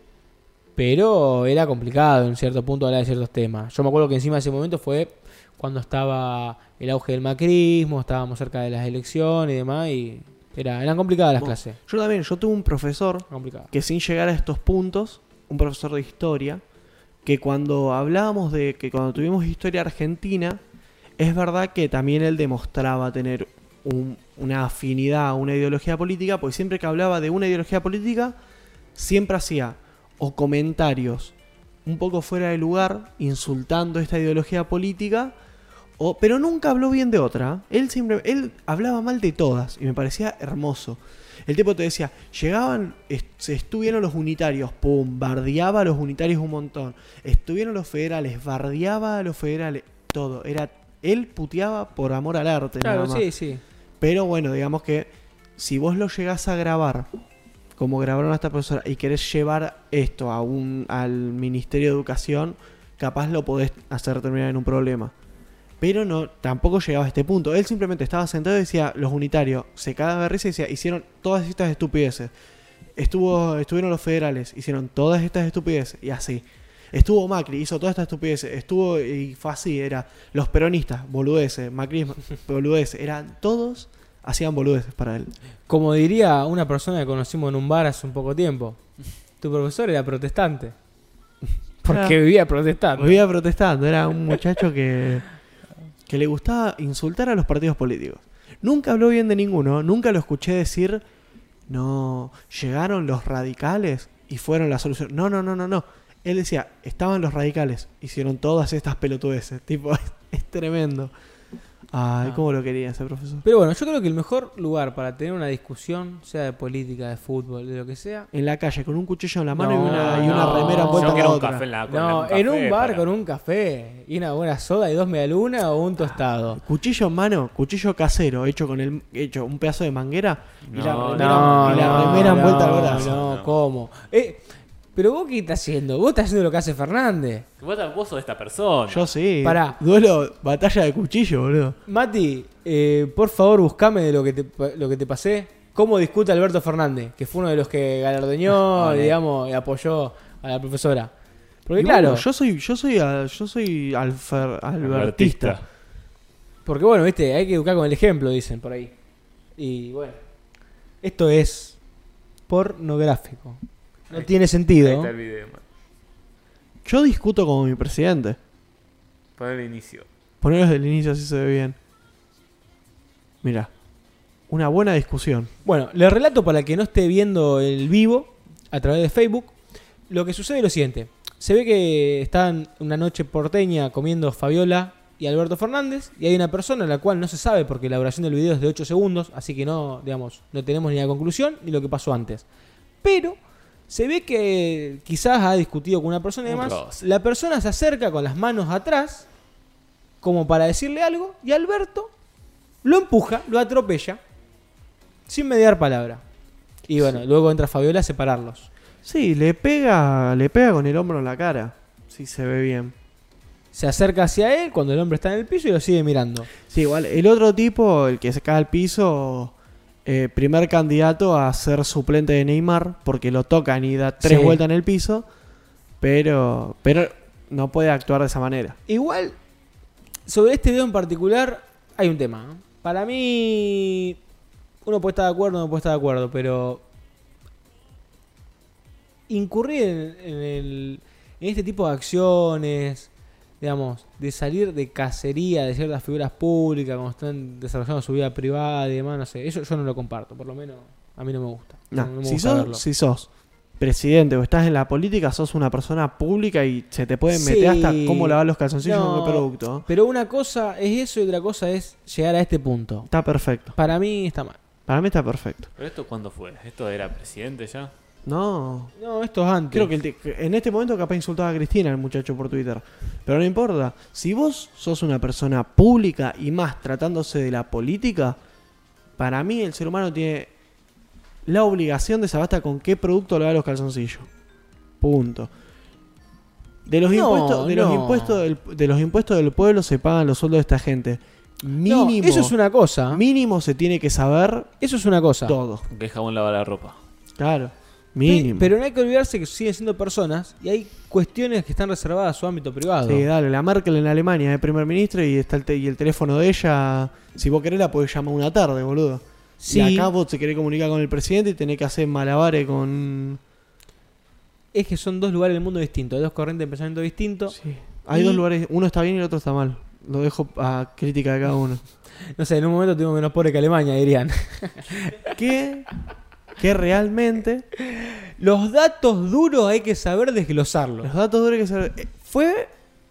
pero era complicado en cierto punto hablar de ciertos temas. Yo me acuerdo que encima de ese momento fue cuando estaba el auge del macrismo, estábamos cerca de las elecciones y demás, y era, eran complicadas las Bueno, clases. Yo también, yo tuve un profesor Complicadas. que sin llegar a estos puntos, un profesor de historia, que cuando hablábamos de que cuando tuvimos historia argentina, es verdad que también él demostraba tener un- una afinidad a una ideología política, porque siempre que hablaba de una ideología política, siempre hacía o comentarios un poco fuera de lugar, insultando esta ideología política, o, pero nunca habló bien de otra. Él siempre, él hablaba mal de todas y me parecía hermoso. El tipo te decía, llegaban, est- se estuvieron los unitarios, pum, bardeaba a los unitarios un montón. Estuvieron los federales, bardeaba a los federales, todo. Era, él puteaba por amor al arte. Claro, nada más. sí, sí. Pero bueno, digamos que si vos lo llegás a grabar, como grabaron a esta profesora, y querés llevar esto a un, al Ministerio de Educación, capaz lo podés hacer terminar en un problema. Pero no, tampoco llegaba a este punto. Él simplemente estaba sentado y decía, los unitarios se cagaban de risa y decía, hicieron todas estas estupideces. Estuvo, estuvieron los federales, hicieron todas estas estupideces, y así. Estuvo Macri, hizo todas estas estupideces. Estuvo, y fue así, era los peronistas, boludeces, Macri, boludeces. Eran todos, hacían boludeces para él. Como diría una persona que conocimos en un bar hace un poco tiempo, tu profesor era protestante. Porque Ah. vivía protestando. Vivía protestando, era un muchacho que, que le gustaba insultar a los partidos políticos. Nunca habló bien de ninguno, nunca lo escuché decir, no, llegaron los radicales y fueron la solución. No, no, no, no, no. Él decía, estaban los radicales, hicieron todas estas pelotudeces. Tipo, es, es tremendo. Ay, Ah. cómo lo quería ese profesor. Pero bueno, yo creo que el mejor lugar para tener una discusión, sea de política, de fútbol, de lo que sea, En la calle, con un cuchillo en la mano No, y una, y una no. remera Yo envuelta Yo en quiero la un otra. café en la con no, un en café un bar para- con un café y una buena soda y dos medialunas o un tostado. Cuchillo en mano, cuchillo casero, hecho con el hecho un pedazo de manguera y la No, remera, No, y la no, remera no, envuelta al brazo. No, No. ¿cómo? Eh, pero vos qué estás haciendo? Vos estás haciendo lo que hace Fernández. Vos, vos sos esta persona. Yo sí. Pará. Duelo, batalla de cuchillo, boludo. Mati, eh, por favor, buscame de lo que te, lo que te pasé. ¿Cómo discute Alberto Fernández? Que fue uno de los que galardoñó, Vale. digamos, y apoyó a la profesora. Porque Y claro, bueno, yo soy, yo soy, a- yo soy alfer- albertista. Albertista. porque bueno, viste, hay que educar con el ejemplo, dicen por ahí. Y bueno, esto es pornográfico. No Ahí- tiene Ahí sentido. está el video, man. Yo discuto como mi presidente. Pon el inicio. Ponelo desde el inicio así se ve bien. Mira, una buena discusión. Bueno, le relato para el que no esté viendo el vivo a través de Facebook. Lo que sucede es lo siguiente. Se ve que están una noche porteña comiendo Fabiola y Alberto Fernández. Y hay una persona a la cual no se sabe porque la duración del video es de ocho segundos. Así que no, digamos, no tenemos ni la conclusión ni lo que pasó antes. Pero se ve que quizás ha discutido con una persona y Un demás. roce. La persona se acerca con las manos atrás como para decirle algo. Y Alberto lo empuja, lo atropella. Sin mediar palabra. Y bueno, luego entra Fabiola a separarlos. Sí, le pega, le pega con el hombro en la cara. Sí, se ve bien. Se acerca hacia él cuando el hombre está en el piso y lo sigue mirando. Sí, igual, el otro tipo, el que se cae al piso, eh, primer candidato a ser suplente de Neymar, porque lo tocan y da tres Sí. vueltas en el piso, pero, pero no puede actuar de esa manera. Igual, sobre este video en particular, hay un tema. ¿no? Para mí, uno puede estar de acuerdo, uno puede estar de acuerdo, pero incurrir en, en el- en este tipo de acciones, digamos, de salir de cacería de ciertas figuras públicas cuando están desarrollando su vida privada y demás, no sé, eso yo no lo comparto, por lo menos a mí no me gusta. No, No me si, gusta verlo. sos, si sos presidente o estás en la política, sos una persona pública y se te pueden meter Sí. hasta cómo lavar los calzoncillos No, con qué producto. Pero una cosa es eso y otra cosa es llegar a este punto. Está perfecto. Para mí está mal. Para mí está perfecto. ¿Pero esto cuándo fue? ¿Esto era presidente ya? No, No, esto es antes. creo que el te- que en este momento capaz insultaba a Cristina, el muchacho, por Twitter. Pero no importa. Si vos sos una persona pública y más tratándose de la política, para mí el ser humano tiene la obligación de saber hasta con qué producto lavar los calzoncillos. Punto. De los, No, impuestos, de, los no. impuestos del, de los impuestos del pueblo se pagan los sueldos de esta gente. Mínimo, No, eso es una cosa. mínimo se tiene que saber Eso es una cosa. todo. Que jabón lava la ropa. Claro, Pe- mínimo. Pero no hay que olvidarse que siguen siendo personas y hay cuestiones que están reservadas a su ámbito privado. Sí, dale, la Merkel en Alemania es primer ministro y está el, te- y el teléfono de ella, si vos querés la podés llamar una tarde, boludo. Sí. Y acá vos te querés comunicar con el presidente y tenés que hacer malabares con... Es que son dos lugares del mundo distintos, dos corrientes de pensamiento distintos. Sí. Hay Y- dos lugares, uno está bien y el otro está mal. Lo dejo a crítica de cada uno. No sé, en un momento tuvimos menos pobre que Alemania, dirían. que, que realmente Los datos duros hay que saber desglosarlos. los datos duros que se... eh, Fue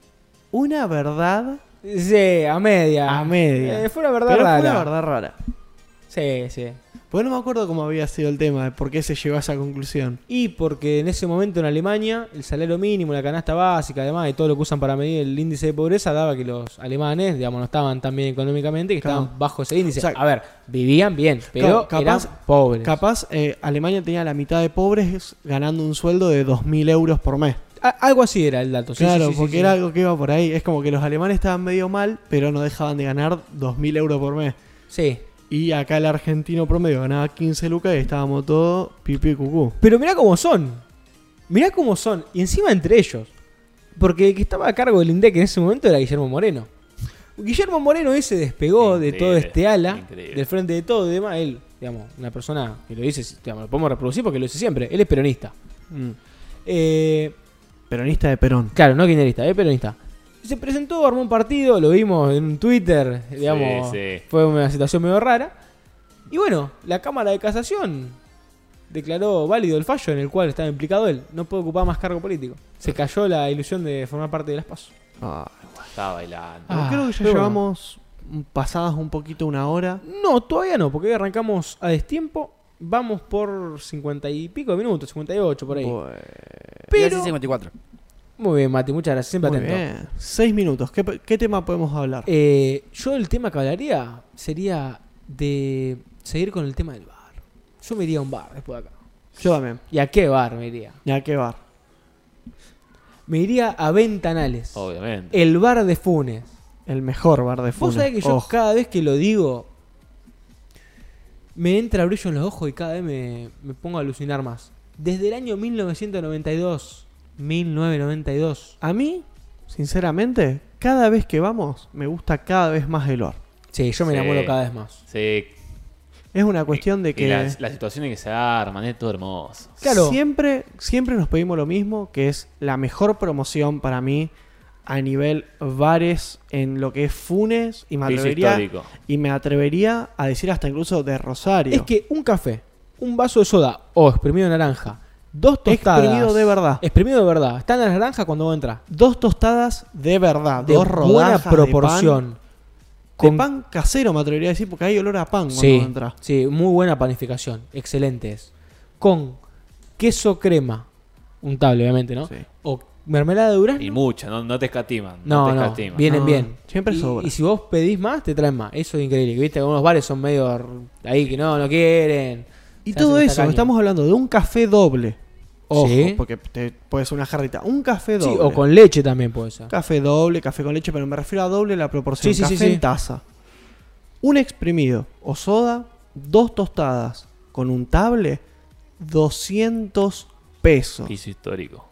una verdad, Sí, a media. A media. Eh, fue una verdad pero rara. fue una verdad rara. Sí, sí. Porque no me acuerdo cómo había sido el tema, de por qué se llegó a esa conclusión. Y porque en ese momento en Alemania el salario mínimo, la canasta básica, además, y todo lo que usan para medir el índice de pobreza, daba que los alemanes, digamos, no estaban tan bien económicamente, que Claro. estaban bajo ese índice. O sea, a ver, vivían bien, pero claro, eran capaz- pobres. Capaz, eh, Alemania tenía la mitad de pobres ganando un sueldo de dos mil euros por mes. A- algo así era el dato. sí, Claro, sí, sí, porque sí, era sí. algo que iba por ahí. Es como que los alemanes estaban medio mal, pero no dejaban de ganar dos mil euros por mes. Sí. Y acá el argentino promedio ganaba quince lucas y estábamos todos pipí y cucú. Pero mirá cómo son. Mirá cómo son. Y encima entre ellos. Porque el que estaba a cargo del INDEC en ese momento era Guillermo Moreno. Guillermo Moreno ese despegó de todo Increíble, este ala, increíble. del frente de todo y demás. Él, digamos, una persona que lo dice, digamos, lo podemos reproducir porque lo dice siempre. Él es peronista. Mm. Eh, Peronista de Perón. claro, no kirchnerista, es peronista. Se presentó, armó un partido, lo vimos en un Twitter, digamos, sí. fue una situación medio rara. Y bueno, la Cámara de Casación declaró válido el fallo en el cual estaba implicado él. No puede ocupar más cargo político. Se cayó la ilusión de formar parte de las PASO. Ah, Estaba bailando. Ah, creo que ya pero bueno. llevamos pasadas un poquito una hora. No, todavía no, porque hoy arrancamos a destiempo. Vamos por cincuenta y pico de minutos, cincuenta y ocho por ahí. Bueno, Pero, cincuenta y cuatro. muy bien, Mati, muchas gracias, siempre muy atento. bien. Seis minutos. ¿Qué, qué tema podemos hablar? Eh, yo el tema que hablaría sería de seguir con el tema del bar. Yo me iría a un bar después de acá. Yo también. ¿Y a qué bar me iría? ¿Y a qué bar? Me iría a Ventanales. Obviamente. El bar de Funes. El mejor bar de Vos Funes. sabés que yo Ojo. cada vez que lo digo me entra brillo en los ojos y cada vez me, me pongo a alucinar más. Desde el año mil novecientos noventa y dos. mil novecientos noventa y dos. A mí, sinceramente, cada vez que vamos, me gusta cada vez más el bar. Sí, yo me Sí. enamoro cada vez más. Sí. Es una cuestión de Y que las, las situaciones que se arman, es todo hermoso. Claro. siempre, siempre nos pedimos lo mismo, que es la mejor promoción para mí a nivel bares en lo que es Funes y me Piso atrevería, histórico. y me atrevería a decir hasta incluso de Rosario. Es que un café, un vaso de soda o exprimido de naranja, dos tostadas. Exprimido de verdad. Exprimido de verdad. Están las naranjas cuando vos entras. Dos tostadas de verdad, De dos buena rodajas proporción. de pan, Con- de pan casero, me atrevería a decir, porque hay olor a pan cuando Sí, entra. sí, muy buena panificación. Excelentes. Con queso crema. Untable, obviamente, ¿no? Sí. O mermelada de durazno. Y mucha, no, no te escatiman. No, te no, escatiman. vienen No, bien. siempre y, sobra. y si vos pedís más, te traen más. Eso es increíble. Viste, algunos bares son medio r- ahí que no, no quieren. Y Se todo hacen eso, tacaños. estamos hablando de un café doble. Ojo, Sí. porque te puede ser una jarrita. Un café Sí, doble. o con leche también puede ser. Café doble, café con leche, pero me refiero a doble la proporción. Sí, sí, sí, café sí. en taza. Un exprimido o soda, dos tostadas con un table, doscientos pesos. Piso histórico.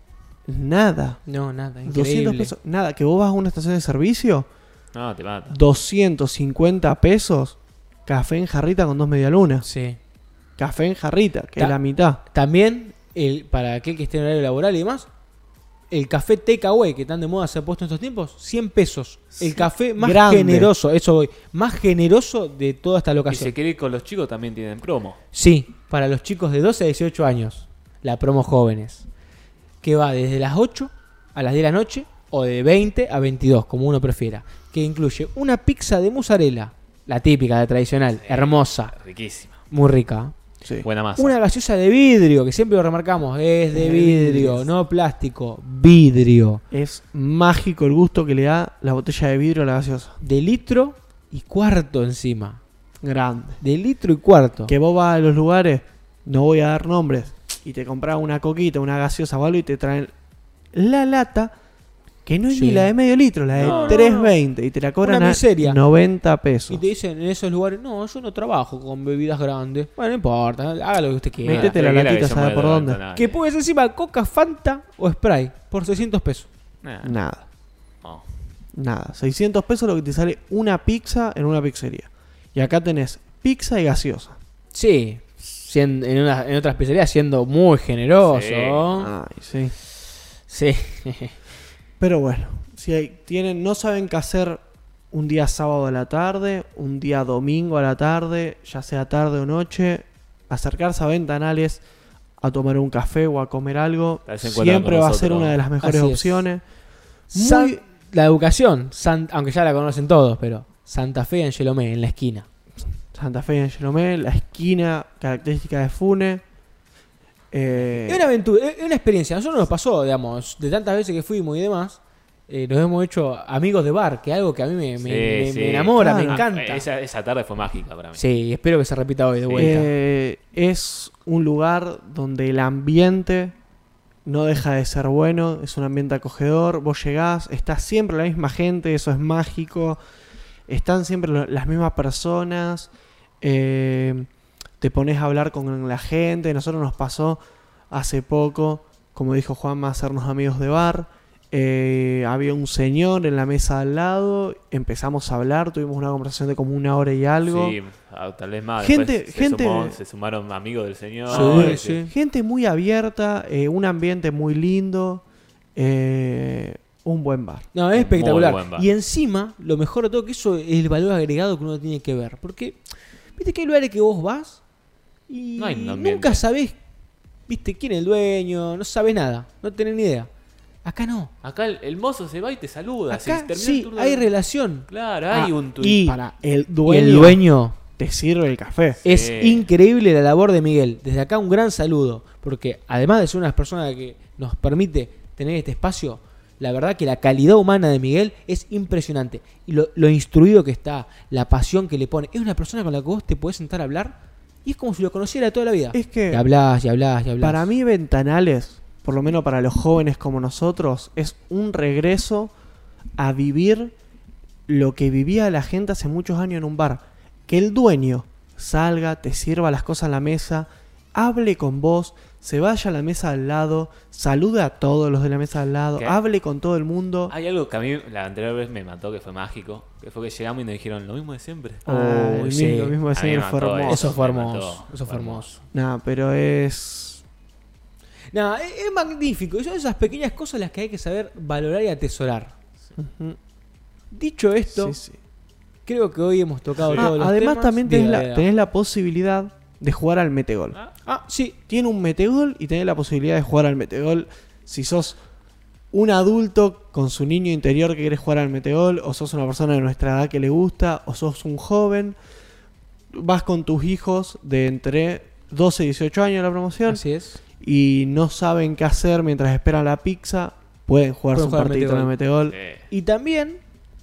Nada. No, nada, doscientos increíble. pesos. Nada, que vos vas a una estación de servicio, No, te mata. doscientos cincuenta pesos, café en jarrita con dos medialunas. Sí. Café en jarrita, que Ta- es la mitad. También, el, para aquel que esté en horario laboral y demás, el café takeaway que tan de moda se ha puesto en estos tiempos, cien pesos. El Sí. café más Grande. generoso, eso voy, más generoso de toda esta Y locación. si querés con los chicos también tienen promo. Sí, para los chicos de doce a dieciocho años, la promo jóvenes, que va desde las ocho a las diez de la noche o de veinte a veintidós, como uno prefiera, que incluye una pizza de mozzarella, la típica, la tradicional, hermosa, Riquísima. muy rica. Sí. Buena masa. Una gaseosa de vidrio, que siempre lo remarcamos, es de De vidrio, vidrio. no plástico, vidrio, Es mágico el gusto que le da la botella de vidrio a la gaseosa. de litro y cuarto encima, Grande. de litro y cuarto. Que vos vas a los lugares, no voy a dar nombres, y te compras una coquita, una gaseosa o algo y te traen la lata, que no es Sí. ni la de medio litro, la de No, no, tres no. veinte, y te la cobran Una a miseria. noventa pesos. Y te dicen en esos lugares, no, yo no trabajo con bebidas grandes. Bueno, no importa, haga lo que usted quiera. Métete la Tranquila que latita, yo ¿sabe me por levanto dónde? nadie. Que puedes encima Coca, Fanta o Sprite por seiscientos pesos. Nah, Nada, no. nada. seiscientos pesos lo que te sale una pizza en una pizzería. Y acá tenés pizza y gaseosa. Sí, sien- en, una- en otras pizzerías siendo muy generoso. Sí. Ay, sí. Sí. Pero bueno, si hay- tienen, no saben qué hacer un día sábado a la tarde, un día domingo a la tarde, ya sea tarde o noche, acercarse a Ventanales a tomar un café o a comer algo, Tal vez se encuentran siempre con va a ser nosotros. una de las mejores Así es. opciones. San- Muy, la educación, San- aunque ya la conocen todos, pero Santa Fe en Yelomé, en la esquina. Santa Fe en Yelomé, la esquina característica de Fune. Eh, Es una aventura, es una experiencia. A nosotros nos pasó, digamos, de tantas veces que fuimos y demás, eh, nos hemos hecho amigos de bar, que es algo que a mí me, me- Sí, me- sí. me enamora, me Claro. encanta. Ah, esa, esa tarde fue mágica para mí. Sí, y espero que se repita hoy de vuelta. eh, es un lugar donde el ambiente no deja de ser bueno, es un ambiente acogedor, vos llegás, está siempre la misma gente, eso es mágico, están siempre lo- las mismas personas, eh, te pones a hablar con la gente, nosotros nos pasó hace poco, como dijo Juanma, hacernos amigos de bar, eh, había un señor en la mesa al lado, empezamos a hablar, tuvimos una conversación de como una hora y algo. Sí, ah, tal vez más. Gente- Después se gente- sumó- se sumaron amigos del señor. Sí, eh, sí. Gente muy abierta, eh, un ambiente muy lindo, eh, un buen bar. No, es Muy espectacular. buen bar. Y encima, lo mejor de todo, que eso es el valor agregado que uno tiene que ver. Porque, viste que hay lugares que vos vas y No hay un ambiente. nunca sabés, viste, quién es el dueño, no sabés nada, no tenés ni idea. Acá no. Acá el, el mozo se va y te saluda. Acá si termina el sí, turno hay de- relación. Claro, Ah, hay un tu- y para el Y dueño, el dueño te sirve el café. es Sí. increíble la labor de Miguel. Desde acá un gran saludo. Porque además de ser una persona que nos permite tener este espacio, la verdad que la calidad humana de Miguel es impresionante. Y lo, lo instruido que está, la pasión que le pone. Es una persona con la que vos te podés sentar a hablar y es como si lo conociera de toda la vida. Es que Y hablás, y hablás, y hablás. para mí Ventanales, por lo menos para los jóvenes como nosotros, es un regreso a vivir lo que vivía la gente hace muchos años en un bar. Que el dueño salga, te sirva las cosas en la mesa, hable con vos, se vaya a la mesa al lado, salude a todos los de la mesa al lado, ¿Qué? hable con todo el mundo. Hay algo que a mí la anterior vez me mató, que fue mágico. Que fue que llegamos y nos dijeron lo mismo de siempre. Ah, Oh, el sí. mismo, lo mismo de A mí siempre me fue mató hermoso. Eso fue me hermoso. mató, Eso fue fue hermoso. Nah, pero es... Nada, es, es magnífico. Y son esas pequeñas cosas las que hay que saber valorar y atesorar. Ujú. Dicho esto, Sí, sí. creo que hoy hemos tocado Sí. Ah, todos los además temas. también tenés Diga, la, diga. tenés la posibilidad de jugar al metegol. Ah, Ah, sí. Tiene un metegol y tenés la posibilidad de jugar al metegol si sos un adulto con su niño interior que quiere jugar al metegol, o sos una persona de nuestra edad que le gusta, o sos un joven, vas con tus hijos de entre doce y dieciocho años a la promoción Así es. y no saben qué hacer mientras esperan la pizza, pueden jugarse Pueden un jugar al partidito de metegol. sí. Y también,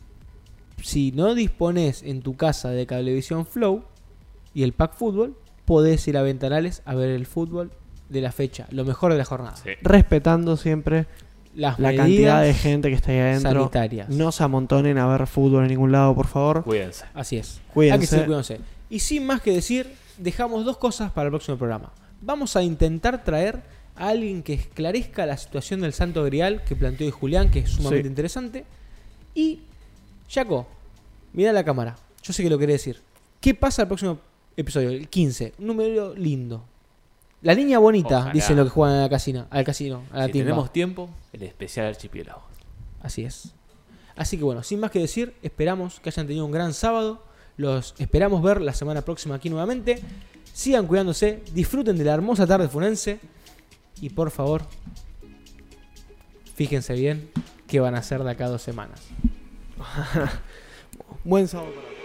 si no dispones en tu casa de Cablevisión Flow y el Pack Fútbol, podés ir a Ventanales a ver el fútbol de la fecha, lo mejor de la jornada. Sí. Respetando siempre Las la medidas cantidad de gente que está ahí adentro. sanitarias. No se amontonen a ver fútbol en ningún lado, por favor. Cuídense. Así es. Cuídense. Hay que seguir cuidándose. Y sin más que decir, dejamos dos cosas para el próximo programa. Vamos a intentar traer a alguien que esclarezca la situación del Santo Grial que planteó hoy Julián, que es sumamente Sí. interesante. Y, Jaco, mira la cámara. Yo sé que lo querés decir. ¿Qué pasa el próximo episodio? El quince. Un número lindo. La niña bonita, Ojalá. dicen los que juegan a la casina, al casino, a la Si timba. tenemos tiempo, el especial archipiélago. Así es. Así que bueno, sin más que decir, esperamos que hayan tenido un gran sábado. Los esperamos ver la semana próxima aquí nuevamente. Sigan cuidándose, disfruten de la hermosa tarde funense. Y por favor, fíjense bien qué van a hacer de acá a dos semanas. Buen sábado para todos.